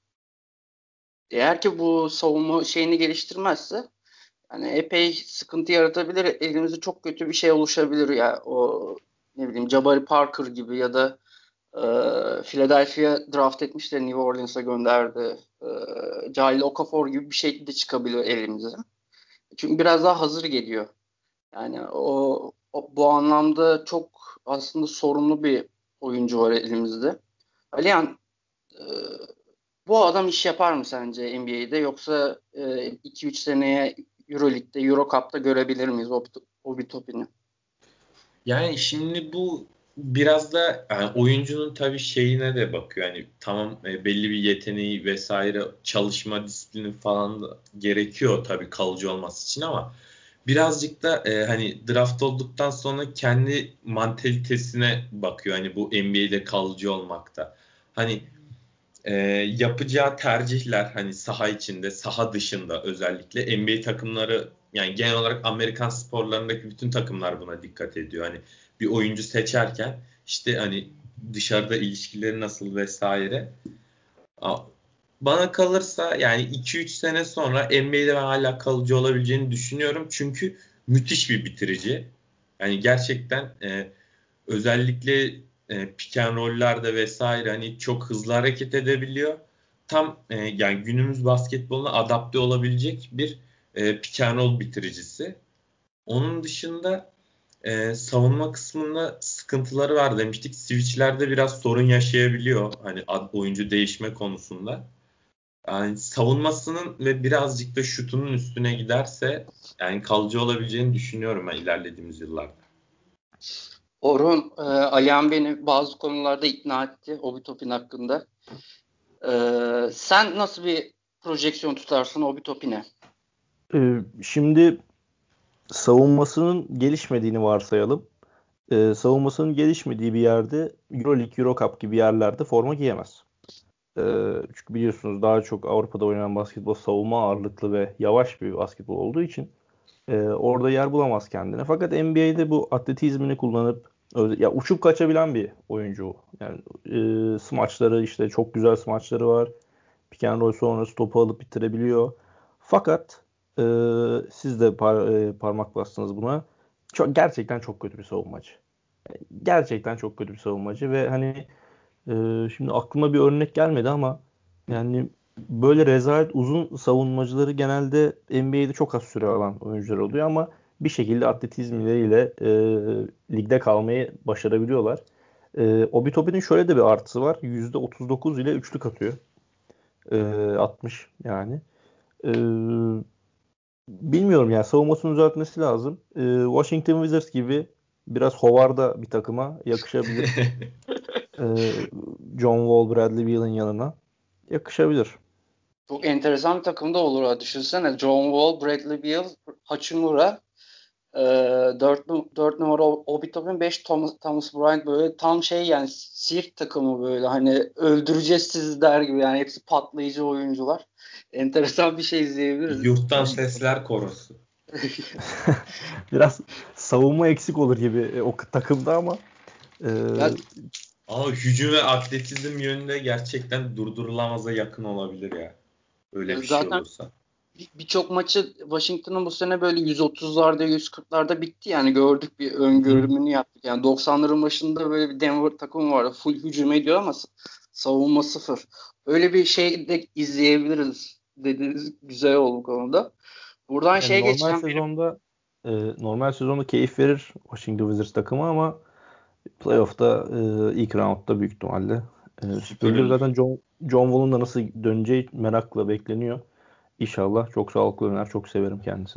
eğer ki bu savunma şeyini geliştirmezse yani epey sıkıntı yaratabilir. Elimizde çok kötü bir şey oluşabilir ya. O ne bileyim Jabari Parker gibi ya da e, Philadelphia draft etmişler, New Orleans'a gönderdi. E, Jahlil Okafor gibi bir şey de çıkabilir elimize. Çünkü biraz daha hazır geliyor. Yani o, o bu anlamda çok aslında sorunlu bir oyuncu var elimizde. Alihan, e, bu adam iş yapar mı sence N B A'de yoksa iki üç seneye Euroleague'de, Eurocup'ta görebilir miyiz Obi, Obi Toppin'i? Yani şimdi bu biraz da yani oyuncunun tabii şeyine de bakıyor. Yani tamam e, belli bir yeteneği vesaire çalışma disiplini falan da gerekiyor tabii kalıcı olması için ama birazcık da e, hani draft olduktan sonra kendi mantalitesine bakıyor. Hani bu N B A'de kalıcı olmakta. Hani e, yapacağı tercihler hani saha içinde, saha dışında özellikle N B A takımları yani genel olarak Amerikan sporlarındaki bütün takımlar buna dikkat ediyor. Hani bir oyuncu seçerken işte hani dışarıda ilişkileri nasıl vesaire. Bana kalırsa yani iki üç sene sonra N B A'de ben hala kalıcı olabileceğini düşünüyorum. Çünkü müthiş bir bitirici. Yani gerçekten e, özellikle e, pick and roll'larda vesaire hani çok hızlı hareket edebiliyor. Tam e, yani günümüz basketboluna adapte olabilecek bir e, pick and roll bitiricisi. Onun dışında e, savunma kısmında sıkıntıları var demiştik. Switch'lerde biraz sorun yaşayabiliyor. Hani ad- oyuncu değişme konusunda. Yani savunmasının ve birazcık da şutunun üstüne giderse yani kalıcı olabileceğini düşünüyorum ben ilerlediğimiz yıllarda. Orhun, e, Alihan beni bazı konularda ikna etti Obi Toppin hakkında. E, sen nasıl bir projeksiyon tutarsın Obi Toppin'e? Ee, şimdi savunmasının gelişmediğini varsayalım. Ee, savunmasının gelişmediği bir yerde Euroleague, Eurocup gibi yerlerde forma giyemez. Ee, çünkü biliyorsunuz daha çok Avrupa'da oynanan basketbol savunma ağırlıklı ve yavaş bir basketbol olduğu için e, orada yer bulamaz kendine. Fakat N B A'de bu atletizmini kullanıp öz- ya uçup kaçabilen bir oyuncu o. Yani e, smaçları işte çok güzel smaçları var. Pick and roll sonrası topu alıp bitirebiliyor. Fakat e, siz de par- e, parmak bastınız buna. Çok, gerçekten çok kötü bir savunmacı. Gerçekten çok kötü bir savunmacı ve hani e, şimdi aklıma bir örnek gelmedi ama yani böyle rezalet uzun savunmacıları genelde N B A'de çok az süre alan oyuncular oluyor ama bir şekilde atletizmleriyle e, ligde kalmayı başarabiliyorlar. E, Obi Toppin'in şöyle de bir artısı var. yüzde otuz dokuz ile üçlük atıyor. E, altmış yani. E, bilmiyorum yani savunmasını düzeltmesi lazım. E, Washington Wizards gibi biraz hovarda bir takıma yakışabilir. Ee, John Wall, Bradley Beal'ın yanına yakışabilir. Çok enteresan bir takımda olur ha. Düşünsene John Wall, Bradley Beal, Hachimura, e, dört dört numara Obi Toppin, beş Thomas, Thomas Bryant, böyle tam şey yani sirk takımı, böyle hani öldüreceğiz sizi der gibi, yani hepsi patlayıcı oyuncular. Enteresan bir şey izleyebiliriz. Yurttan Sesler Korosu. Biraz savunma eksik olur gibi e, o takımda ama e, Ya, Ama hücum ve atletizm yönünde gerçekten durdurulamaza yakın olabilir ya. Öyle bir şey zaten olursa. bir- birçok maçı Washington'ın bu sene böyle yüz otuzlarda yüz kırklarda bitti, yani gördük, bir öngörümünü yaptık. Yani doksanların başında böyle bir Denver takımı vardı. Full hücum ediyor ama s- savunma sıfır. Öyle bir şey de izleyebiliriz dediğiniz güzel oldu bu konuda. Buradan yani şeye normal geçeceğim. Benim sezonda e, normal sezonda keyif verir Washington Wizards takımı ama playoff'ta e, ilk roundda büyük ihtimalle e, süpürülür. Süpürülür. Zaten John, John Wall'un da nasıl döneceği merakla bekleniyor. İnşallah çok sağlıklı döner. Çok severim kendisini.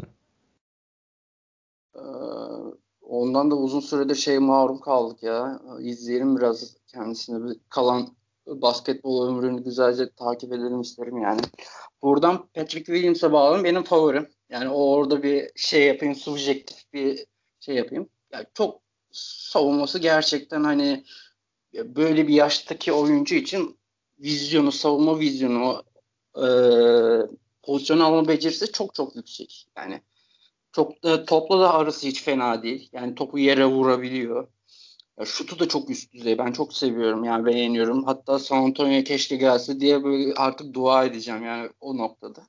Ee, ondan da uzun süredir şey mahrum kaldık ya. İzleyelim biraz kendisini. Bir kalan basketbol ömrünü güzelce takip edelim isterim yani. Buradan Patrick Williams'a bağlayalım. Benim favorim. Yani o orada bir şey yapayım, subjektif bir şey yapayım. Yani çok savunması gerçekten hani böyle bir yaştaki oyuncu için vizyonu, savunma vizyonu, e, pozisyon alma becerisi çok çok yüksek. Yani çok da topla da arası hiç fena değil. Yani topu yere vurabiliyor. Ya şutu da çok üst düzey. Ben çok seviyorum yani, beğeniyorum. Hatta San Antonio'ya keşke gelse diye böyle artık dua edeceğim yani o noktada.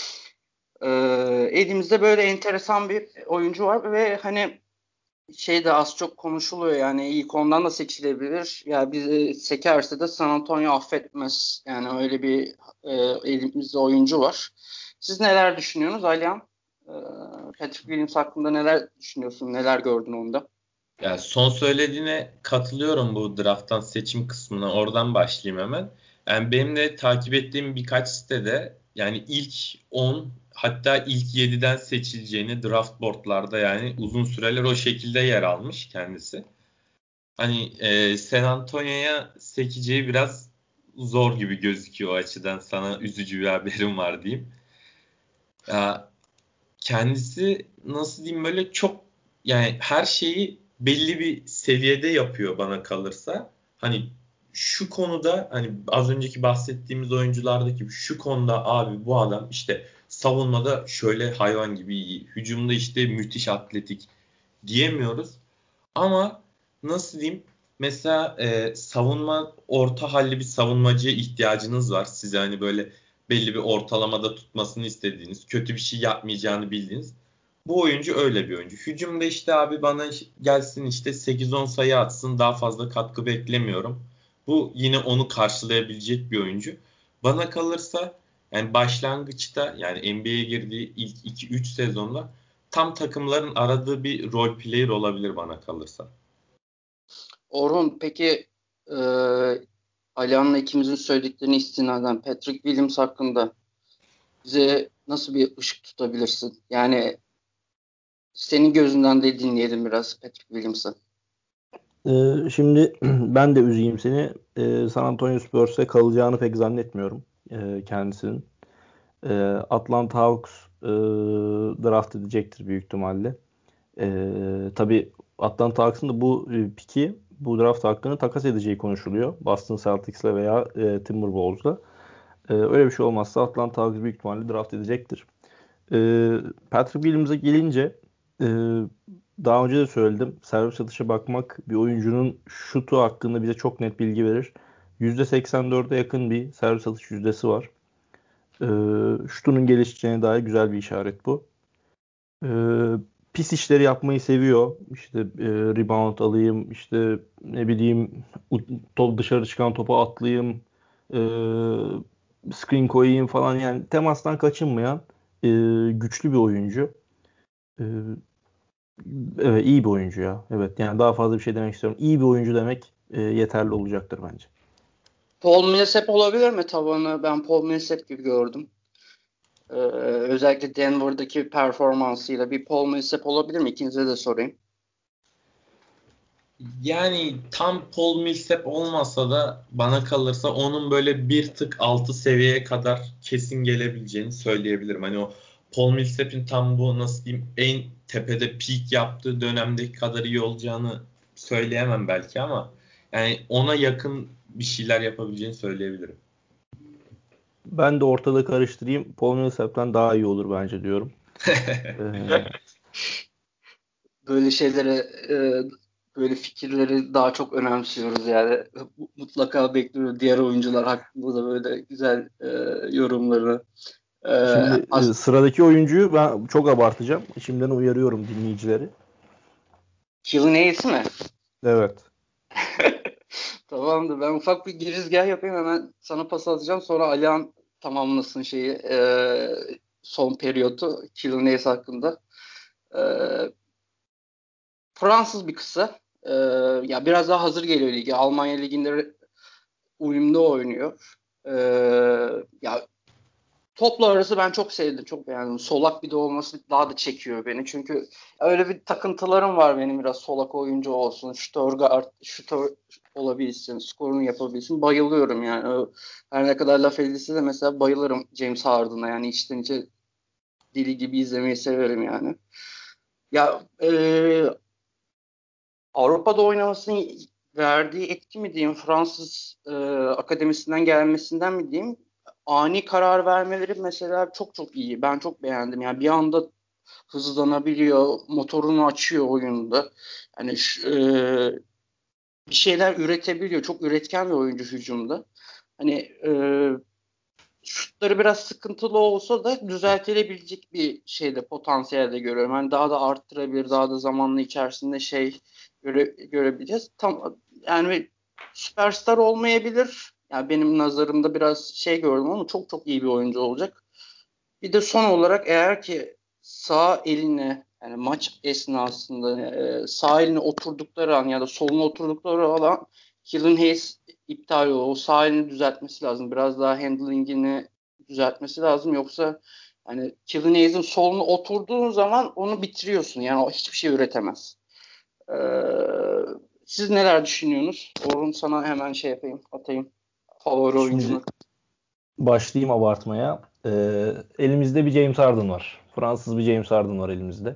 Ee, elimizde böyle enteresan bir oyuncu var ve hani şey de az çok konuşuluyor, yani ilk ondan da seçilebilir. Ya bizi sekerse de San Antonio affetmez. Yani öyle bir e, elimizde oyuncu var. Siz neler düşünüyorsunuz Alihan? Ee, Patrick Williams hakkında neler düşünüyorsun? Neler gördün onda? Yani son söylediğine katılıyorum bu drafttan seçim kısmına. Oradan başlayayım hemen. Yani benim de takip ettiğim birkaç sitede yani ilk on, hatta ilk yediden seçileceğini draft boardlarda, yani uzun süreler o şekilde yer almış kendisi. Hani e, San Antonio'ya sekeceği biraz zor gibi gözüküyor o açıdan. Sana üzücü bir haberim var diyeyim. Ya, kendisi nasıl diyeyim, böyle çok, yani her şeyi belli bir seviyede yapıyor bana kalırsa. Hani şu konuda, hani az önceki bahsettiğimiz oyunculardaki şu konuda abi bu adam işte savunmada şöyle hayvan gibi iyi, hücumda işte müthiş atletik diyemiyoruz. Ama nasıl diyeyim, mesela e, savunma, orta halli bir savunmacıya ihtiyacınız var. Size hani böyle belli bir ortalamada tutmasını istediğiniz, kötü bir şey yapmayacağını bildiğiniz. Bu oyuncu öyle bir oyuncu. Hücumda işte abi bana gelsin işte sekiz on sayı atsın, daha fazla katkı beklemiyorum. Bu yine onu karşılayabilecek bir oyuncu. Bana kalırsa yani başlangıçta, yani N B A'ye girdiği ilk iki üç sezonda tam takımların aradığı bir role player olabilir bana kalırsa. Orhun, peki e, Alihan'la ikimizin söylediklerini istinaden Patrick Williams hakkında bize nasıl bir ışık tutabilirsin? Yani senin gözünden de dinleyelim biraz Patrick Williams'ı. Ee, şimdi ben de üzeyim seni. Ee, San Antonio Spurs'e kalacağını pek zannetmiyorum e, kendisinin. Ee, Atlanta Hawks e, draft edecektir büyük ihtimalle. Ee, tabii Atlanta Hawks'ın da bu e, piki, bu draft hakkını takas edeceği konuşuluyor. Boston Celtics'le veya e, Timberwolves'la. Ee, öyle bir şey olmazsa Atlanta Hawks büyük ihtimalle draft edecektir. Ee, Patrick Williams'a gelince e, daha önce de söyledim. Servis atışa bakmak bir oyuncunun şutu hakkında bize çok net bilgi verir. yüzde seksen dörde yakın bir servis atış yüzdesi var. Ee, şutunun gelişeceğine dair güzel bir işaret bu. Ee, pis işleri yapmayı seviyor. İşte e, rebound alayım, işte ne bileyim top dışarı çıkan topa atlayayım, e, screen koyayım falan, yani temastan kaçınmayan e, güçlü bir oyuncu. E, evet, iyi bir oyuncu ya. Evet, yani daha fazla bir şey demek istiyorum. İyi bir oyuncu demek e, yeterli olacaktır bence. Paul Millsap olabilir mi tavanı? Ben Paul Millsap gibi gördüm. Ee, özellikle Denver'daki performansıyla bir Paul Millsap olabilir mi? İkinize de sorayım. Yani tam Paul Millsap olmasa da bana kalırsa onun böyle bir tık altı seviyeye kadar kesin gelebileceğini söyleyebilirim. Hani o Paul Millsap'in tam bu nasıl diyeyim en tepede peak yaptığı dönemdeki kadar iyi olacağını söyleyemem belki ama yani ona yakın bir şeyler yapabileceğini söyleyebilirim. Ben de ortada karıştırayım. Paul Millsap'ten daha iyi olur bence diyorum. Ee, Böyle şeylere e, böyle fikirleri daha çok önemsiyoruz yani. Mutlaka bekliyoruz diğer oyuncular hakkında da böyle güzel e, yorumları. E, Şimdi e, as- sıradaki oyuncuyu ben çok abartacağım. Şimdiden uyarıyorum dinleyicileri. Killian Hayes mi? Evet. Tamamdır. Ben ufak bir girizgah yapayım, hemen sana pas atacağım. Sonra Alihan tamamlasın şeyi, e, son periyotu Killian Hayes hakkında. E, Fransız bir kısa. E, ya biraz daha hazır geliyor ligi. Almanya liginde uyumlu oynuyor. E, ya topla arası ben çok sevdim, çok beğendim. Solak bir de olması daha da çekiyor beni. Çünkü öyle bir takıntılarım var benim, biraz solak oyuncu olsun, şutör, guard, şutör olabilsin, skorunu yapabilsin. Bayılıyorum yani. Her ne kadar laf edilse de mesela bayılırım James Harden'a. Yani içten içe deli gibi izlemeyi severim yani. Ya e, Avrupa'da oynamasının verdiği etki mi diyeyim, Fransız e, akademisinden gelmesinden mi diyeyim, ani karar vermeleri mesela çok çok iyi. Ben çok beğendim. Yani bir anda hızlanabiliyor, motorunu açıyor oyunda. Yani şu, e, bir şeyler üretebiliyor. Çok üretken bir oyuncu hücumda. Hani e, şutları biraz sıkıntılı olsa da düzeltilebilecek bir şeyde, potansiyelde görüyorum. Yani daha da arttırabilir, daha da zamanla içerisinde şey göre, görebileceğiz. Tam yani süperstar olmayabilir. Yani benim nazarımda biraz şey gördüm ama çok çok iyi bir oyuncu olacak. Bir de son olarak, eğer ki sağ eline, yani maç esnasında e, sağ eline oturdukları an ya da soluna oturdukları an Killian Hayes iptal oluyor. O sağ elini düzeltmesi lazım. Biraz daha handlingini düzeltmesi lazım. Yoksa hani Killian Hayes'in soluna oturduğun zaman onu bitiriyorsun. Yani o hiçbir şey üretemez. Ee, siz neler düşünüyorsunuz? Orhun, sana hemen şey yapayım, atayım. Favori Şimdi oyuncunu. başlayayım abartmaya. Ee, elimizde bir James Harden var. Fransız bir James Harden var elimizde.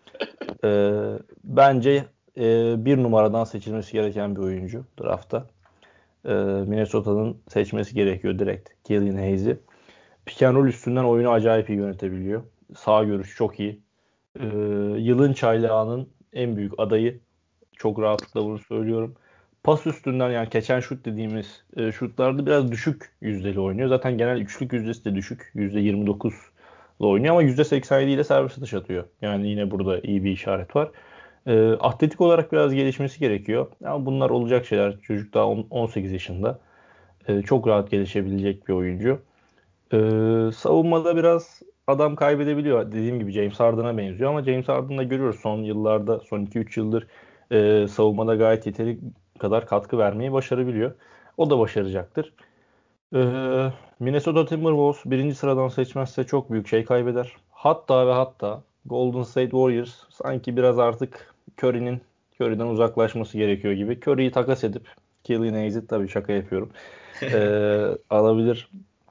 Ee, bence e, bir numaradan seçilmesi gereken bir oyuncu draftta. Ee, Minnesota'nın seçmesi gerekiyor direkt Killian Hayes'i. Pick and roll üstünden oyunu acayip iyi yönetebiliyor. Sağ görüş çok iyi. Ee, yılın çaylağının en büyük adayı. Çok rahatlıkla bunu söylüyorum. Pas üstünden, yani catch and shoot dediğimiz e, şutlarda biraz düşük yüzdeli oynuyor. Zaten genel üçlük yüzdesi de düşük. yüzde yirmi dokuz ile oynuyor ama yüzde seksen yedi ile servis atış atıyor. Yani yine burada iyi bir işaret var. E, atletik olarak biraz gelişmesi gerekiyor. Ama bunlar olacak şeyler. Çocuk daha on sekiz yaşında. E, çok rahat gelişebilecek bir oyuncu. E, savunmada biraz adam kaybedebiliyor. Dediğim gibi James Harden'a benziyor ama James Harden'da görüyoruz son yıllarda, son iki üç yıldır e, savunmada gayet yeteri kadar katkı vermeyi başarabiliyor. O da başaracaktır. E, Minnesota Timberwolves birinci sıradan seçmezse çok büyük şey kaybeder. Hatta ve hatta Golden State Warriors sanki biraz artık Curry'nin Curry'den uzaklaşması gerekiyor gibi. Curry'yi takas edip Killian Hayes'i, tabii şaka yapıyorum, e, alabilir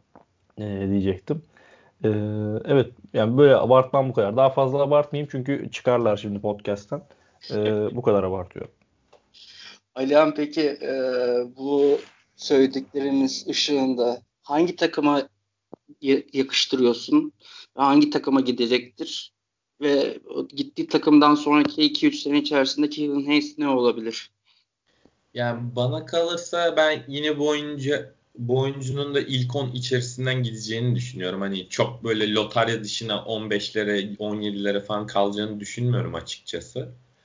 e, diyecektim. Ee, evet, yani böyle abartmam bu kadar. Daha fazla abartmayayım çünkü çıkarlar şimdi podcast'ten. Ee, bu kadar abartıyorum. Alihan, peki e, bu söylediklerimiz ışığında hangi takıma ya- yakıştırıyorsun? Hangi takıma gidecektir? Ve o gittiği takımdan sonraki iki üç sene içerisinde Killian Hayes ne olabilir? Yani bana kalırsa ben yine bu oyuncu bu oyuncunun da ilk on içerisinden gideceğini düşünüyorum. Hani çok böyle lotarya dışına on beşlere, on yedilere falan kalacağını düşünmüyorum açıkçası.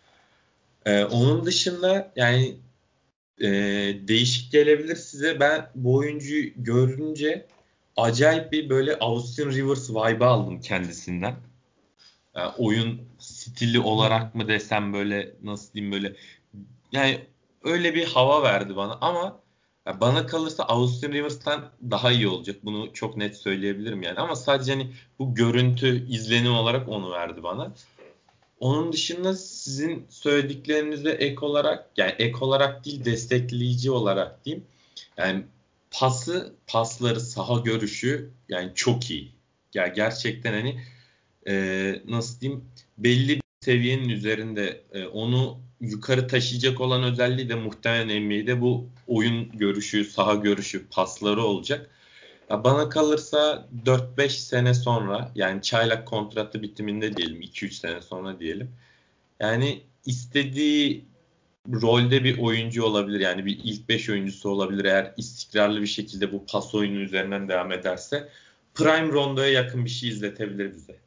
Ee, onun dışında yani e, değişik gelebilir size. Ben bu oyuncuyu görünce acayip bir böyle Austin Rivers vibe aldım kendisinden. Yani oyun stili olarak mı desem, böyle nasıl diyeyim, böyle yani öyle bir hava verdi bana ama ya bana kalırsa Austin Rivers'tan daha iyi olacak. Bunu çok net söyleyebilirim yani. Ama sadece hani bu görüntü izlenim olarak onu verdi bana. Onun dışında sizin söylediklerinize ek olarak, yani ek olarak değil, destekleyici olarak diyeyim. Yani pası, pasları, saha görüşü yani çok iyi. Ya gerçekten hani e, nasıl diyeyim, belli bir seviyenin üzerinde, e, onu yukarı taşıyacak olan özelliği de muhtemelen N B A'de bu oyun görüşü, saha görüşü, pasları olacak. Ya bana kalırsa dört beş sene sonra, yani çaylak kontratı bitiminde diyelim, iki üç sene sonra diyelim. Yani istediği rolde bir oyuncu olabilir. Yani bir ilk beş oyuncusu olabilir eğer istikrarlı bir şekilde bu pas oyunu üzerinden devam ederse. Prime Rondo'ya yakın bir şey izletebilir bize.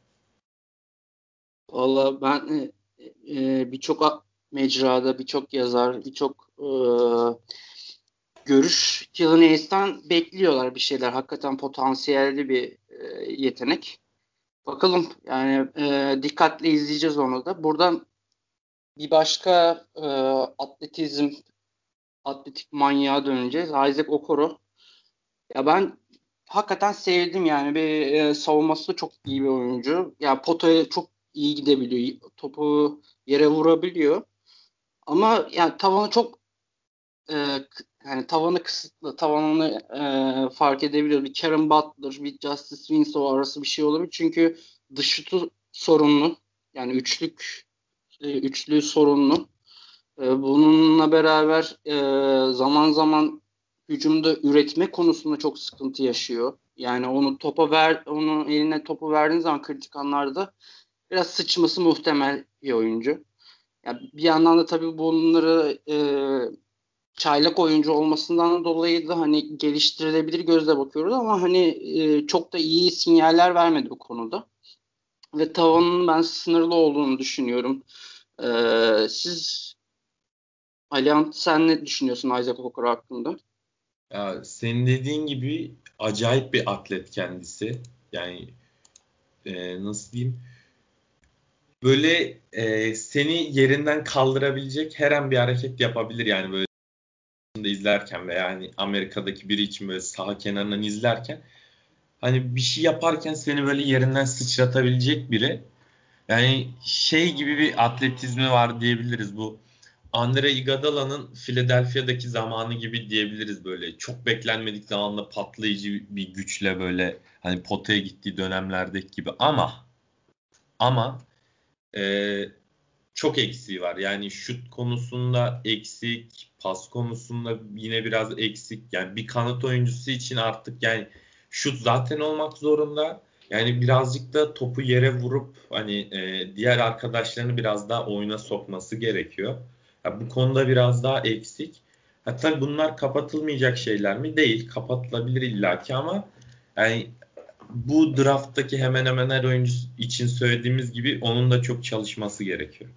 Valla ben e, e, birçok a- mecrada, birçok yazar, birçok e, görüş Killian Hayes'ten bekliyorlar bir şeyler. Hakikaten potansiyelli bir e, yetenek. Bakalım yani e, dikkatle izleyeceğiz onu da. Buradan bir başka e, atletizm, atletik manyağa döneceğiz. Isaac Okoro. Ya ben hakikaten sevdim yani bir e, savunması da çok iyi bir oyuncu. Ya potaya çok iyi gidebiliyor. Topu yere vurabiliyor. Ama yani tavanı çok e, k- yani tavanı kısıtlı. Tavanını e, fark edebiliyor. Bir Karen Butler, bir Justice Winslow arası bir şey olabilir. Çünkü dış şutu sorunlu. Yani üçlük e, üçlü sorunlu. E, bununla beraber e, zaman zaman hücumda üretme konusunda çok sıkıntı yaşıyor. Yani onu topa ver, onun eline topu verdiğin zaman kritik anlarda biraz sıçması muhtemel bir oyuncu. Yani bir yandan da tabii bunları e, çaylak oyuncu olmasından dolayı da hani geliştirilebilir gözle bakıyoruz ama hani e, çok da iyi sinyaller vermedi bu konuda. Ve tavanın ben sınırlı olduğunu düşünüyorum. E, siz Alihan, sen ne düşünüyorsun Isaac Okoro hakkında? Ya senin dediğin gibi acayip bir atlet kendisi. Yani e, nasıl diyeyim? Böyle e, seni yerinden kaldırabilecek her an bir hareket yapabilir. Yani böyle izlerken veya yani Amerika'daki biri için böyle saha kenarından izlerken hani bir şey yaparken seni böyle yerinden sıçratabilecek biri. Yani şey gibi bir atletizmi var diyebiliriz bu. Andre Iguodala'nın Philadelphia'daki zamanı gibi diyebiliriz böyle. Çok beklenmedik zamanda patlayıcı bir güçle böyle hani potaya gittiği dönemlerdeki gibi ama ama e, çok eksiği var. Yani şut konusunda eksik, pas konusunda yine biraz eksik. Yani bir kanat oyuncusu için artık yani şut zaten olmak zorunda. Yani birazcık da topu yere vurup hani e, diğer arkadaşlarını biraz daha oyuna sokması gerekiyor. Ya bu konuda biraz daha eksik. Hatta bunlar kapatılmayacak şeyler mi? Değil. Kapatılabilir illaki ama yani bu drafttaki hemen hemen her oyuncu için söylediğimiz gibi onun da çok çalışması gerekiyor.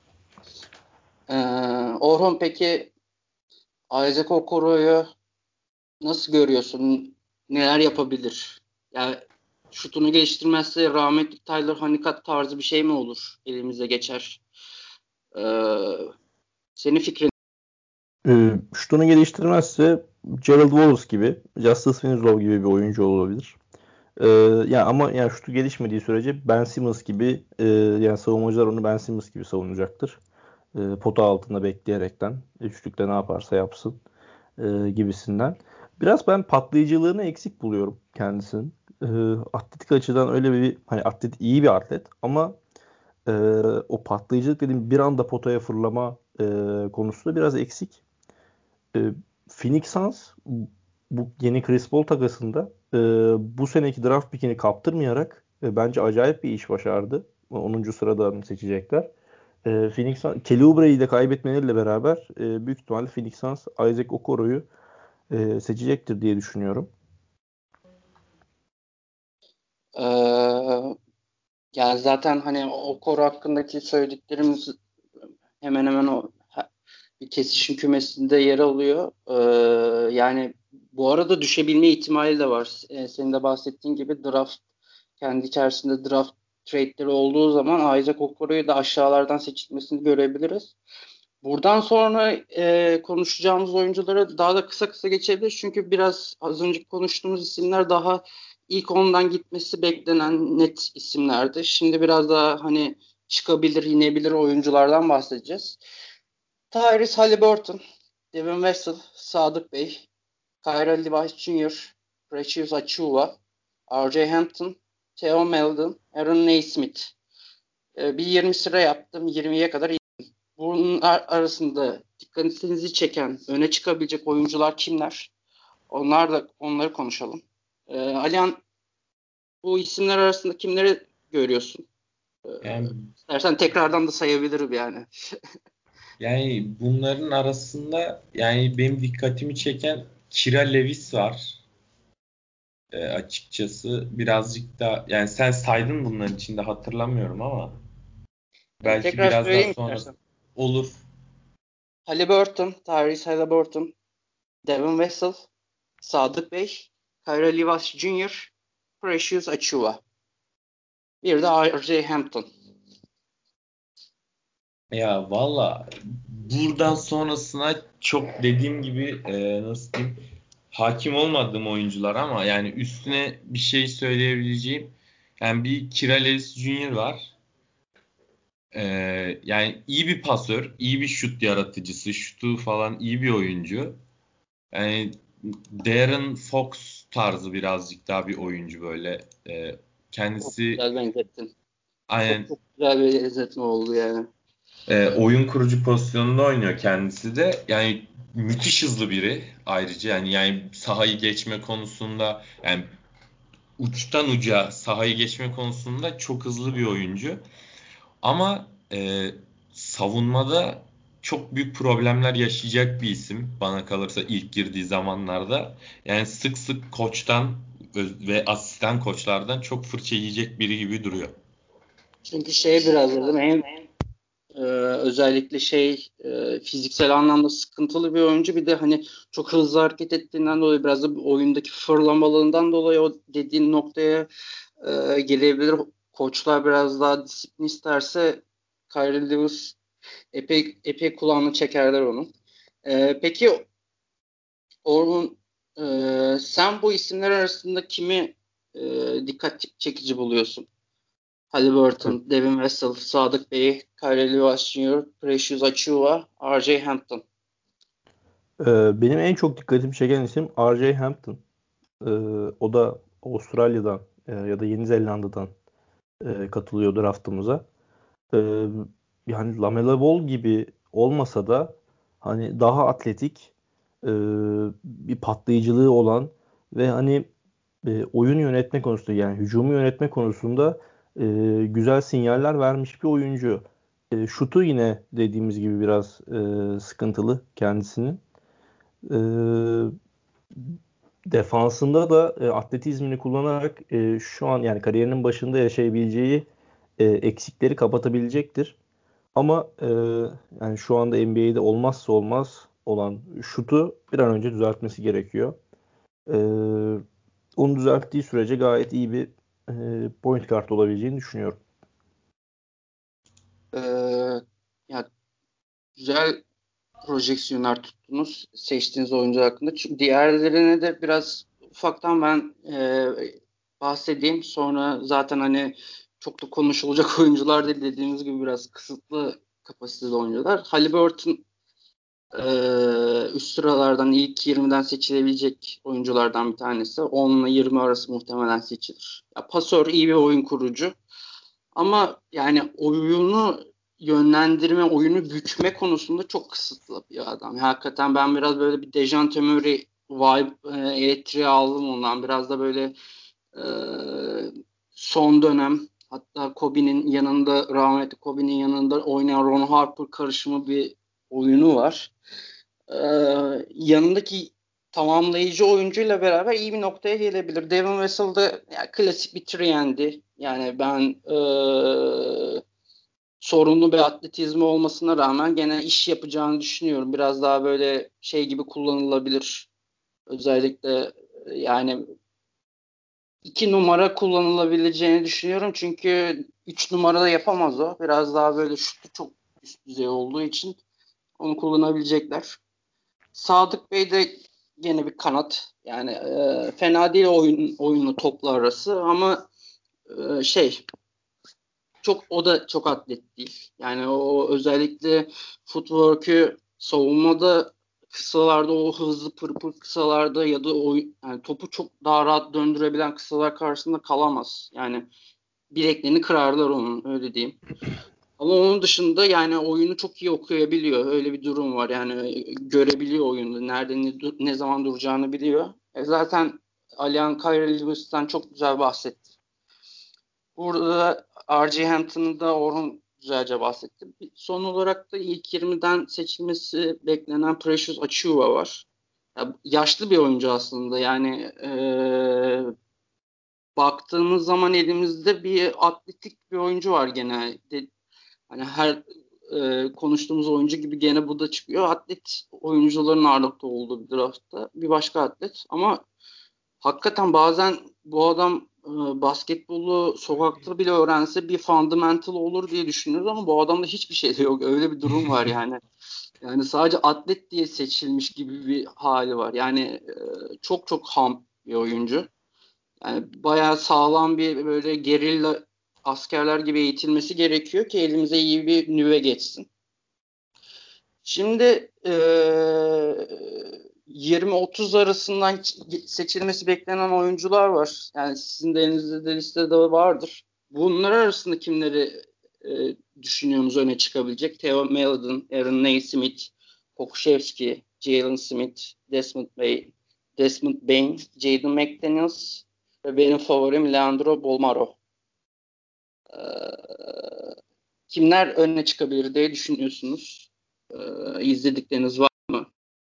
Ee, Orhun, peki Isaac Okoro'yu nasıl görüyorsun? Neler yapabilir? Yani şutunu geliştirmezse rahmetli Tyler Honeycutt tarzı bir şey mi olur? Elimize geçer. Ee, senin fikrin? Ee, şutunu geliştirmezse Gerald Wallace gibi, Justice Winslow gibi bir oyuncu olabilir. Ee, yani ama yani şutu gelişmediği sürece Ben Simmons gibi e, yani savunmacılar onu Ben Simmons gibi savunacaktır. E, pota altında bekleyerekten üçlükte ne yaparsa yapsın e, gibisinden. Biraz ben patlayıcılığını eksik buluyorum kendisinin. E, atletik açıdan öyle bir hani atlet iyi bir atlet ama e, o patlayıcılık dediğim bir anda potaya fırlama e, konusunda biraz eksik. E, Phoenix Suns bu yeni Chris Paul takasında e, bu seneki draft pickini kaptırmayarak e, bence acayip bir iş başardı. onuncu sırada seçecekler. E, Phoenix Suns, Kelly Oubre'yi de kaybetmeleriyle beraber e, büyük ihtimalle Phoenix Suns Isaac Okoro'yu e, seçecektir diye düşünüyorum. Ee, yani zaten hani Okoro hakkındaki söylediklerimiz hemen hemen o ha- bir kesişim kümesinde yer alıyor. Ee, yani bu arada düşebilme ihtimali de var. Ee, senin de bahsettiğin gibi draft kendi içerisinde draft trade'leri olduğu zaman Isaac Okoro'yu da aşağılardan seçilmesini görebiliriz. Buradan sonra e, konuşacağımız oyunculara daha da kısa kısa geçebiliriz. Çünkü biraz az önce konuştuğumuz isimler daha ilk ondan gitmesi beklenen net isimlerdi. Şimdi biraz daha hani çıkabilir, inebilir oyunculardan bahsedeceğiz. Tyrese Haliburton, Devin Vassell, Sadık Bey, Kyra Lewis junior, Precious Achiuwa, R J Hampton, Theo Maledon, Aaron Naismith. Ee, bir yirmi sıra yaptım. yirmiye kadar indim. Bunun arasında dikkatinizi çeken, öne çıkabilecek oyuncular kimler? Onlar da onları konuşalım. Ee, Alihan, bu isimler arasında kimleri görüyorsun? Ee, Yani istersen tekrardan da sayabilirim yani. yani bunların arasında yani benim dikkatimi çeken Kira Lewis var. E, açıkçası birazcık da yani sen saydın bunların içinde hatırlamıyorum ama Yani belki tekrar biraz daha söyleyeyim sonra istersen. olur. Haliburton, Tyrese Haliburton, Devin Vassell, Sadık Bey, Kyra Lewis junior, Precious Achiuwa. Bir de R J Hampton. Ya valla buradan sonrasına çok dediğim gibi e, nasıl diyeyim hakim olmadığım oyuncular ama yani üstüne bir şey söyleyebileceğim yani bir Kira Lewis junior var. E, Yani iyi bir pasör, iyi bir şut yaratıcısı, şutu falan iyi bir oyuncu. Yani Darren Fox tarzı birazcık daha bir oyuncu böyle. E, Çok kendisi güzel benzettin. Çok aynen çok güzel bir benzetme oldu yani. E, oyun kurucu pozisyonunda oynuyor kendisi de. Yani müthiş hızlı biri ayrıca yani yani sahayı geçme konusunda yani uçtan uca sahayı geçme konusunda çok hızlı bir oyuncu. Ama e, savunmada çok büyük problemler yaşayacak bir isim bana kalırsa ilk girdiği zamanlarda. Yani sık sık koçtan ö- ve asistan koçlardan çok fırça yiyecek biri gibi duruyor. Çünkü şey biraz dedim hem e, özellikle şey e, fiziksel anlamda sıkıntılı bir oyuncu, bir de hani çok hızlı hareket ettiğinden dolayı biraz da oyundaki fırlamalığından dolayı o dediğin noktaya e, gelebilir. Koçlar biraz daha disiplin isterse Kyrie Lewis epey epey kulağını çekerler onun. E, peki Orhun, e, sen bu isimler arasında kimi e, dikkat çekici buluyorsun? Haliburton, Devin Vassell, Sadık Bey, Kyrie Lewis junior, Precious Achiuwa, R J Hampton. Ee, benim en çok dikkatimi çeken isim R J Hampton. Ee, O da Avustralya'dan e, ya da Yeni Zelanda'dan e, katılıyor draftımıza. Ee, Yani Lamelo Ball gibi olmasa da hani daha atletik, e, bir patlayıcılığı olan ve hani e, oyun yönetme konusunda yani hücumu yönetme konusunda e, güzel sinyaller vermiş bir oyuncu. E, şutu yine dediğimiz gibi biraz e, sıkıntılı kendisinin. E, Defansında da e, atletizmini kullanarak e, şu an yani kariyerinin başında yaşayabileceği e, eksikleri kapatabilecektir. Ama e, yani şu anda N B A'de olmazsa olmaz olan şutu bir an önce düzeltmesi gerekiyor. E, Onu düzelttiği sürece gayet iyi bir e, point guard olabileceğini düşünüyorum. E, Ya güzel projeksiyonlar tuttunuz seçtiğiniz oyuncu hakkında. Çünkü diğerlerine de biraz ufaktan ben e, bahsedeyim. Sonra zaten hani çok da konuşulacak oyuncular değil, dediğimiz gibi biraz kısıtlı kapasiteli oyuncular. Haliburton e, üst sıralardan ilk yirmiden seçilebilecek oyunculardan bir tanesi. on ile yirmi arası muhtemelen seçilir. Ya, pasör, iyi bir oyun kurucu. Ama yani oyunu yönlendirme, oyunu bükme konusunda çok kısıtlı bir adam. Hakikaten ben biraz böyle bir Dejounte Murray vibe, e, elektriği aldım ondan. Biraz da böyle e, son dönem, hatta Kobe'nin yanında, rahmetli Kobe'nin yanında oynayan Ron Harper karışımı bir oyunu var. E, Yanındaki tamamlayıcı oyuncuyla beraber iyi bir noktaya gelebilir. Devin Vassell da yani klasik bir üç and D. Yani ben e, sorunlu bir atletizmi olmasına rağmen gene iş yapacağını düşünüyorum. Biraz daha böyle şey gibi kullanılabilir. Özellikle e, yani iki numara kullanılabileceğini düşünüyorum. Çünkü üç numarada yapamaz o. Biraz daha böyle şutu çok üst düzey olduğu için onu kullanabilecekler. Sadık Bey de yine bir kanat. Yani e, fena değil oyun oyunu topla arası ama e, şey çok o da çok atlet değil. Yani o özellikle footwork'ü savunmada kısalarda o hızlı pırpır kısalarda ya da o yani topu çok daha rahat döndürebilen kısalar karşısında kalamaz. Yani bileklerini kırarlar onun, öyle diyeyim. Ama onun dışında yani oyunu çok iyi okuyabiliyor. Öyle bir durum var. Yani görebiliyor oyunu. Nerede ne, ne zaman duracağını biliyor. E zaten Alian Kyrie Lewis'ten çok güzel bahsetti. Burada da R J Hampton'ı da Orhun güzelce bahsetti. Son olarak da ilk yirmiden seçilmesi beklenen Precious Achiuwa var. Ya, yaşlı bir oyuncu aslında. Yani ee, baktığımız zaman elimizde bir atletik bir oyuncu var gene. De, hani her e, konuştuğumuz oyuncu gibi gene bu da çıkıyor. Atlet oyuncuların ağırlıkta olduğu bir draftta. Bir başka atlet. Ama hakikaten bazen bu adam e, basketbolu sokakta bile öğrense bir fundamental olur diye düşünüyoruz ama bu adamda hiçbir şey de yok. Öyle bir durum var yani. Yani sadece atlet diye seçilmiş gibi bir hali var. Yani e, çok çok ham bir oyuncu. Yani bayağı sağlam bir böyle gerilla askerler gibi eğitilmesi gerekiyor ki elimize iyi bir nüve geçsin. Şimdi e, yirmi otuz arasından seçilmesi beklenen oyuncular var. Yani sizin de elinizde de listede vardır. Bunlar arasında kimleri e, düşünüyorsunuz öne çıkabilecek? Theo Maledon, Aaron Naismith, Pokusevski, Jalen Smith, Desmond Bey, Desmond Bain, Jaden McDaniels ve benim favorim Leandro Bolmaro. Ee, kimler öne çıkabilir diye düşünüyorsunuz? Ee, izledikleriniz var mı?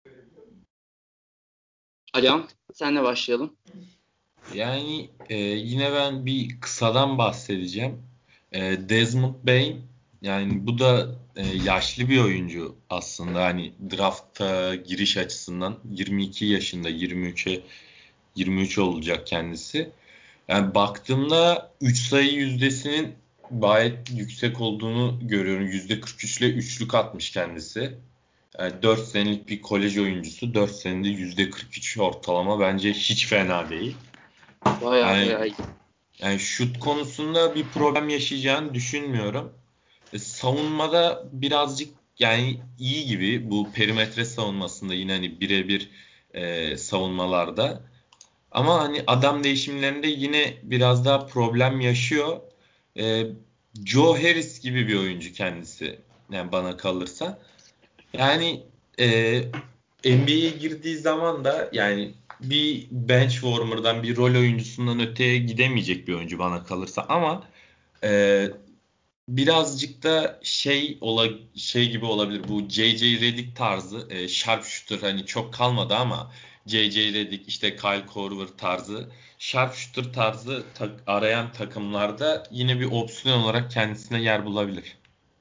Alihan, senle başlayalım. Yani e, yine ben bir kısadan bahsedeceğim. E, Desmond Bain, yani bu da e, yaşlı bir oyuncu aslında. Hani drafta giriş açısından yirmi iki yaşında, yirmi üçe yirmi üç olacak kendisi. Yani baktığımda üç sayı yüzdesinin gayet yüksek olduğunu görüyorum. yüzde kırk üç ile üçlük atmış kendisi. Yani dört senelik bir kolej oyuncusu. dört senede yüzde kırk üç ortalama bence hiç fena değil. Bayağı Yani, bayağı iyi. yani şut konusunda bir problem yaşayacağını düşünmüyorum. E, savunmada birazcık yani iyi gibi bu perimetre savunmasında yine hani birebir e, savunmalarda. Ama hani adam değişimlerinde yine biraz daha problem yaşıyor. E, Joe Harris gibi bir oyuncu kendisi. Yani bana kalırsa. Yani e, N B A'ye girdiği zaman da yani bir bench warmer'dan bir rol oyuncusundan öteye gidemeyecek bir oyuncu bana kalırsa ama e, birazcık da şey ola, şey gibi olabilir bu J J Redick tarzı e, sharpshooter hani çok kalmadı ama J J Redick işte Kyle Korver tarzı sharpshooter tarzı tak, arayan takımlarda yine bir opsiyon olarak kendisine yer bulabilir.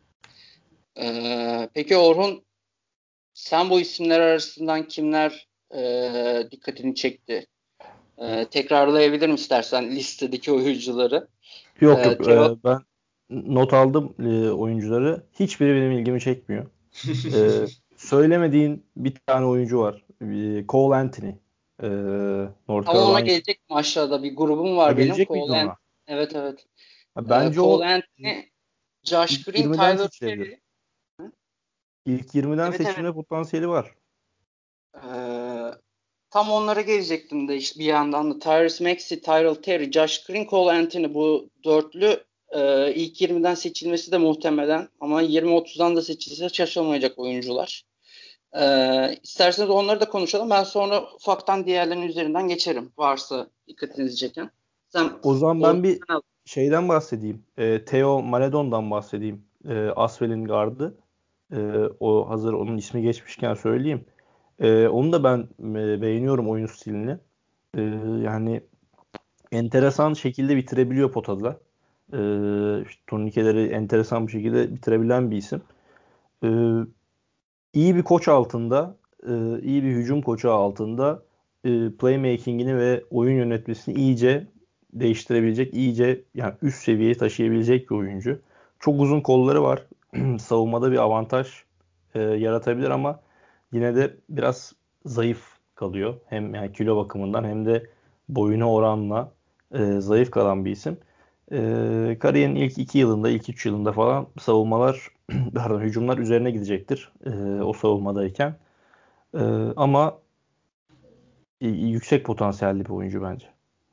Ee, peki Orhun, sen bu isimler arasından kimler e, dikkatini çekti? E, tekrarlayabilirim istersen listedeki oyuncuları. Yok E, yok, Theo, e, ben not aldım e, oyuncuları. Hiçbiri benim ilgimi çekmiyor. E, Söylemediğin bir tane oyuncu var. E, Cole Anthony. E, North tam ona Carolina. gelecektim aşağıda. Bir grubum Ha, var benim. gelecek miydin Cole Ant- ona? evet evet. Ha, E, bence Cole o Anthony, Josh ilk Green, yirmiden Tyler seçilebilir. Perry. İlk yirmiden Evet evet. seçilme potansiyeli var. Ee, tam onlara gelecektim de işte bir yandan da Tyrese Maxey, Tyrell Terry, Josh Green, Cole Anthony bu dörtlü e, ilk yirmiden seçilmesi de muhtemelen ama yirmi otuzdan da seçilse şaşılmayacak oyuncular. Ee, isterseniz onları da konuşalım. Ben sonra ufaktan diğerlerinin üzerinden geçerim. Varsa dikkatinizi çeken. Sen O zaman or- ben bir şeyden bahsedeyim. E, Theo Maledon'dan bahsedeyim. E, Asvel'in gardı. E, o hazır onun ismi geçmişken söyleyeyim. E, onu da ben e, beğeniyorum oyun stilini. E, Yani enteresan şekilde bitirebiliyor potada. E, işte turnikeleri enteresan bir şekilde bitirebilen bir isim. E, iyi bir koç altında, e, iyi bir hücum koçu altında e, playmaking'ini ve oyun yönetmesini iyice değiştirebilecek, iyice yani üst seviyeye taşıyabilecek bir oyuncu. Çok uzun kolları var. Savunmada bir avantaj e, yaratabilir ama yine de biraz zayıf kalıyor. Hem yani kilo bakımından hem de boyuna oranla e, zayıf kalan bir isim. Ee, kariyerin ilk iki yılında, ilk üç yılında falan savunmalar, pardon, hücumlar üzerine gidecektir ee, o savunmadayken. Ee, ama y- yüksek potansiyelli bir oyuncu bence.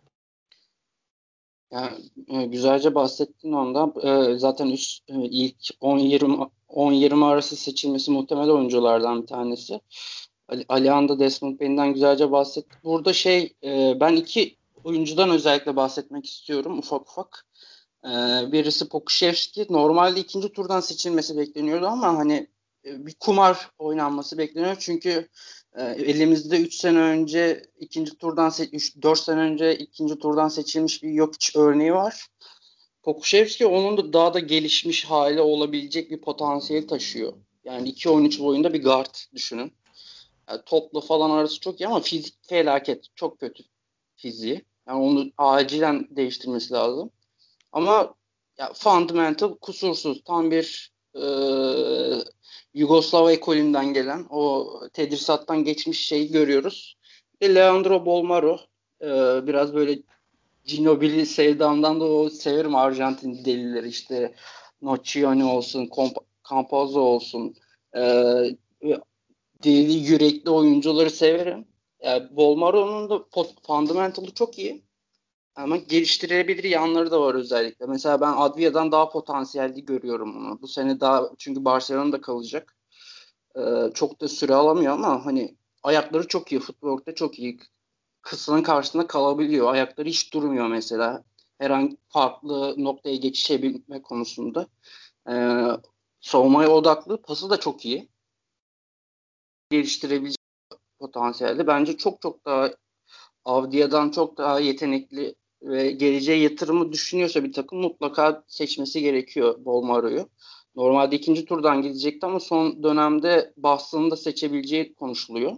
Yani, e, güzelce bahsettin ondan. E, zaten üst, e, ilk on yirmi on yirmi arası seçilmesi muhtemel oyunculardan bir tanesi. Ali, Alihan da Desmond Bain'den güzelce bahsetti. Burada şey e, ben iki oyuncudan özellikle bahsetmek istiyorum ufak ufak. E, birisi Pokusevski. Normalde ikinci turdan seçilmesi bekleniyordu ama hani e, bir kumar oynanması bekleniyor. Çünkü e, elimizde üç sene önce ikinci turdan dört sene önce ikinci turdan seçilmiş bir Jokic örneği var. Pokusevski onun da daha da gelişmiş hali olabilecek bir potansiyel taşıyor. Yani iki on üç boyunda bir guard düşünün. Yani topla falan arası çok iyi ama fizik felaket. Çok kötü fiziği. Yani onu acilen değiştirmesi lazım. Ama ya fundamental kusursuz. Tam bir e, Yugoslav ekolünden gelen o tedrisattan geçmiş şeyi görüyoruz. Bir de Leandro Bolmaro e, biraz böyle Ginobili sevdamdan da o severim Arjantin delileri işte Nocioni olsun, Comp- Campazzo olsun e, deli yürekli oyuncuları severim. Yani Bolmaro'nun da pot- fundamental'ı çok iyi. Ama geliştirilebilir yanları da var özellikle. Mesela ben Advia'dan daha potansiyelli görüyorum onu. Bu sene daha çünkü Barcelona'da kalacak. Ee, çok da süre alamıyor ama hani ayakları çok iyi. Footwork'ta çok iyi. Kısının karşısında kalabiliyor. Ayakları hiç durmuyor mesela. Herhangi farklı noktaya geçişebilme konusunda. Ee, savunmaya odaklı. Pası da çok iyi. Geliştirebilecek potansiyelde. Bence çok çok daha Avdia'dan çok daha yetenekli ve geleceğe yatırımı düşünüyorsa bir takım mutlaka seçmesi gerekiyor Bolmaro'yu. Normalde ikinci turdan gidecekti ama son dönemde Boston'ı da seçebileceği konuşuluyor.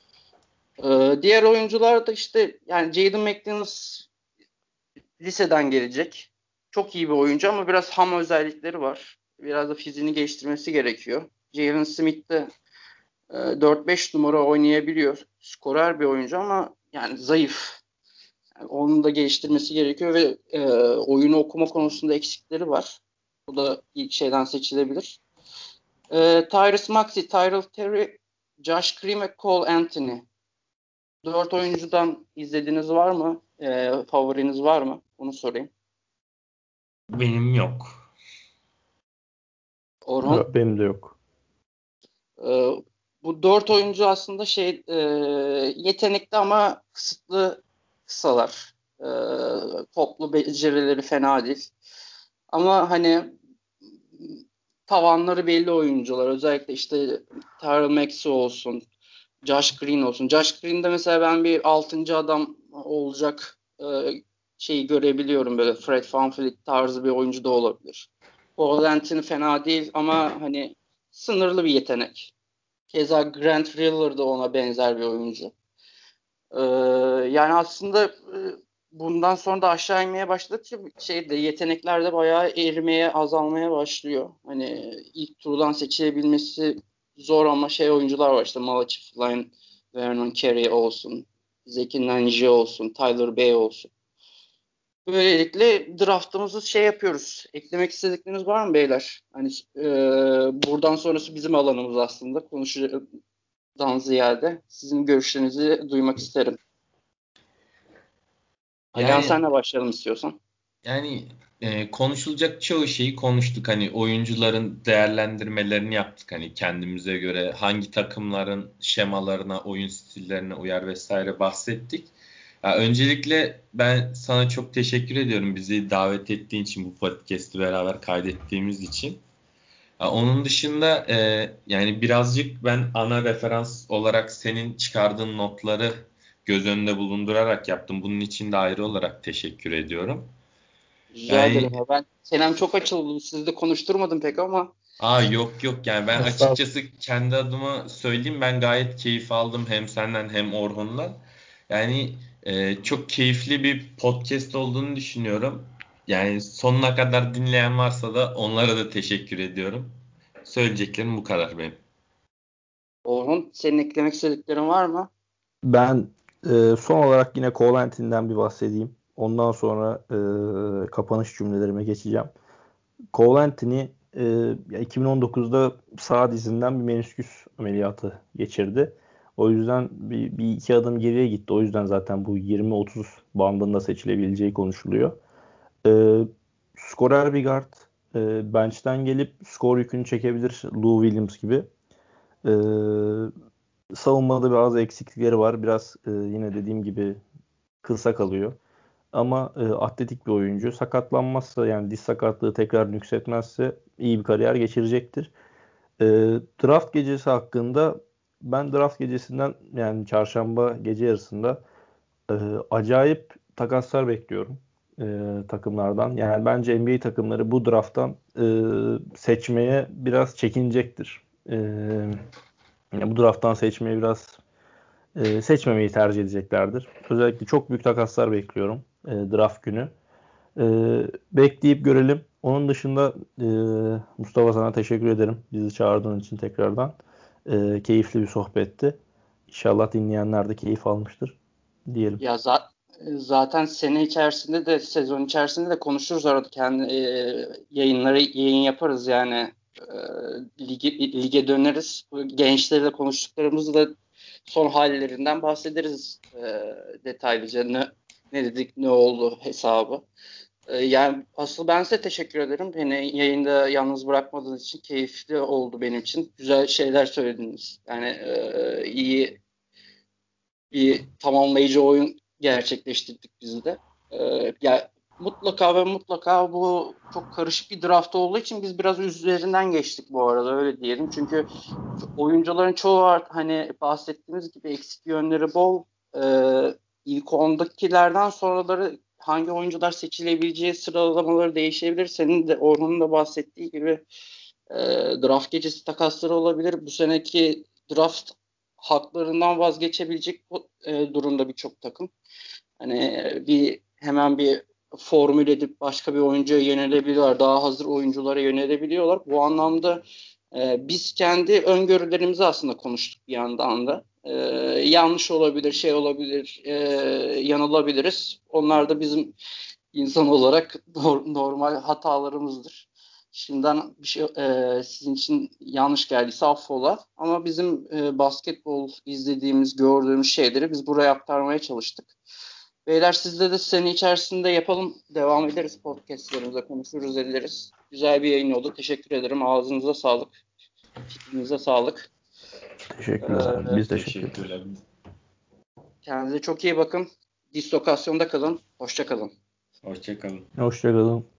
Ee, diğer oyuncular da işte yani Jaden McDaniels liseden gelecek. Çok iyi bir oyuncu ama biraz ham özellikleri var. Biraz da fiziğini geliştirmesi gerekiyor. Jalen Smith de e, dört beş numara oynayabiliyor. Skorer bir oyuncu ama yani zayıf. Yani onu da geliştirmesi gerekiyor ve e, oyunu okuma konusunda eksikleri var. Bu da ilk şeyden seçilebilir. E, Tyrese Maxey, Tyrell Terry, Josh Green ve Cole Anthony. Dört oyuncudan izlediğiniz var mı? E, favoriniz var mı? Onu sorayım. Benim yok. Orhun. Benim de yok. E, bu dört oyuncu aslında şey e, yetenekli ama kısıtlı kısalar. E, toplu becerileri fena değil. Ama hani tavanları belli oyuncular. Özellikle işte Tyrell Maxey olsun, Josh Green olsun. Josh Green'de mesela ben bir altıncı adam olacak e, şeyi görebiliyorum. Böyle Fred VanVleet tarzı bir oyuncu da olabilir. Cole Anthony fena değil ama hani sınırlı bir yetenek. Keza Grant Riller da ona benzer bir oyuncu. Ee, yani aslında e, bundan sonra da aşağı inmeye başladıkça şeyde yetenekler de bayağı erimeye, azalmaya başlıyor. Hani ilk turdan seçilebilmesi zor ama şey oyuncular var işte Malachi Flynn, Vernon Carey olsun, Zeki Nnaji olsun, Tyler Bey olsun. Böylelikle draftımızı şey yapıyoruz. Eklemek istedikleriniz var mı beyler? Hani e, buradan sonrası bizim alanımız aslında. Konuşudan ziyade sizin görüşlerinizi duymak isterim. Alihan Yani senle başlayalım istiyorsan. yani e, konuşulacak çoğu şeyi konuştuk. Hani oyuncuların değerlendirmelerini yaptık. Hani kendimize göre hangi takımların şemalarına, oyun stillerine uyar vesaire bahsettik. Ya öncelikle ben sana çok teşekkür ediyorum bizi davet ettiğin için, bu podcast'i beraber kaydettiğimiz için. Ya onun dışında e, yani birazcık ben ana referans olarak senin çıkardığın notları göz önünde bulundurarak yaptım. Bunun için de ayrı olarak teşekkür ediyorum. Rica ederim. Yani Ya ben Senem çok açıldı. Sizi de konuşturmadım pek ama aa yok yok yani ben Estağfurullah. açıkçası kendi adıma söyleyeyim, ben gayet keyif aldım hem senden hem Orhun'dan. Yani e, çok keyifli bir podcast olduğunu düşünüyorum. Yani sonuna kadar dinleyen varsa da onlara da teşekkür ediyorum. Söyleyeceklerim bu kadar benim. Orhun senin eklemek istediklerin var mı? Ben e, son olarak yine Cole Anthony'den bir bahsedeyim. Ondan sonra e, kapanış cümlelerime geçeceğim. Cole Anthony e, iki bin on dokuzda sağ dizinden bir menisküs ameliyatı geçirdi. O yüzden bir, bir iki adım geriye gitti. O yüzden zaten bu yirmi otuz bandında seçilebileceği konuşuluyor. E, skorer bir guard. E, bench'ten gelip skor yükünü çekebilir Lou Williams gibi. E, savunmada bazı eksiklikleri var. Biraz e, yine dediğim gibi kısa kalıyor. Ama e, atletik bir oyuncu. Sakatlanmazsa yani diz sakatlığı tekrar nüksetmezse iyi bir kariyer geçirecektir. E, draft gecesi hakkında ben draft gecesinden yani çarşamba gece yarısında e, acayip takaslar bekliyorum e, takımlardan. Yani bence N B A takımları bu drafttan e, seçmeye biraz çekinecektir. E, yani bu drafttan seçmeye biraz e, seçmemeyi tercih edeceklerdir. Özellikle çok büyük takaslar bekliyorum e, draft günü. E, bekleyip görelim. Onun dışında e, Mustafa sana teşekkür ederim. Bizi çağırdığın için tekrardan. E, keyifli bir sohbetti. İnşallah dinleyenler de keyif almıştır diyelim. Ya za- zaten sene içerisinde de sezon içerisinde de konuşuruz arada kendi e, yayınları yayın yaparız yani e, lige, lige döneriz. Bu gençlerle konuştuklarımızı da son hallerinden bahsederiz e, detaylıca ne, ne dedik ne oldu hesabı. E, yani asıl ben size teşekkür ederim. Beni yayında yalnız bırakmadığınız için keyifli oldu benim için. Güzel şeyler söylediniz. Yani e, iyi bir tamamlayıcı oyun gerçekleştirdik biz de. Ee, ya mutlaka ve mutlaka bu çok karışık bir draft olduğu için biz biraz üzerinden geçtik bu arada öyle diyelim. Çünkü oyuncuların çoğu var, hani bahsettiğimiz gibi eksik yönleri bol. Ee, ilk ondakilerden sonraları hangi oyuncular seçilebileceği sıralamaları değişebilir. Senin de Orhun'un da bahsettiği gibi e, draft gecesi takasları olabilir. Bu seneki draft haklarından vazgeçebilecek e, durumda birçok takım. Hani e, bir hemen bir formül edip başka bir oyuncuya yönelebiliyorlar. Daha hazır oyunculara yönelebiliyorlar. Bu anlamda e, biz kendi öngörülerimizi aslında konuştuk bir yandan da. E, yanlış olabilir, şey olabilir, e, yanılabiliriz. Onlar da bizim insan olarak normal hatalarımızdır. Şimdiden bir şey e, sizin için yanlış geldiyse affola. Ama bizim e, basketbol izlediğimiz, gördüğümüz şeyleri biz buraya aktarmaya çalıştık. Beyler sizle de sene içerisinde yapalım. Devam ederiz podcastlerimize, konuşuruz ederiz. Güzel bir yayın oldu. Teşekkür ederim. Ağzınıza sağlık. Fikrinize sağlık. Teşekkürler. Ee, Biz teşekkür ederiz. Teşekkürler. Kendinize çok iyi bakın. Dislokasyonda kalın. Hoşça kalın. Hoşça kalın. Hoşçakalın.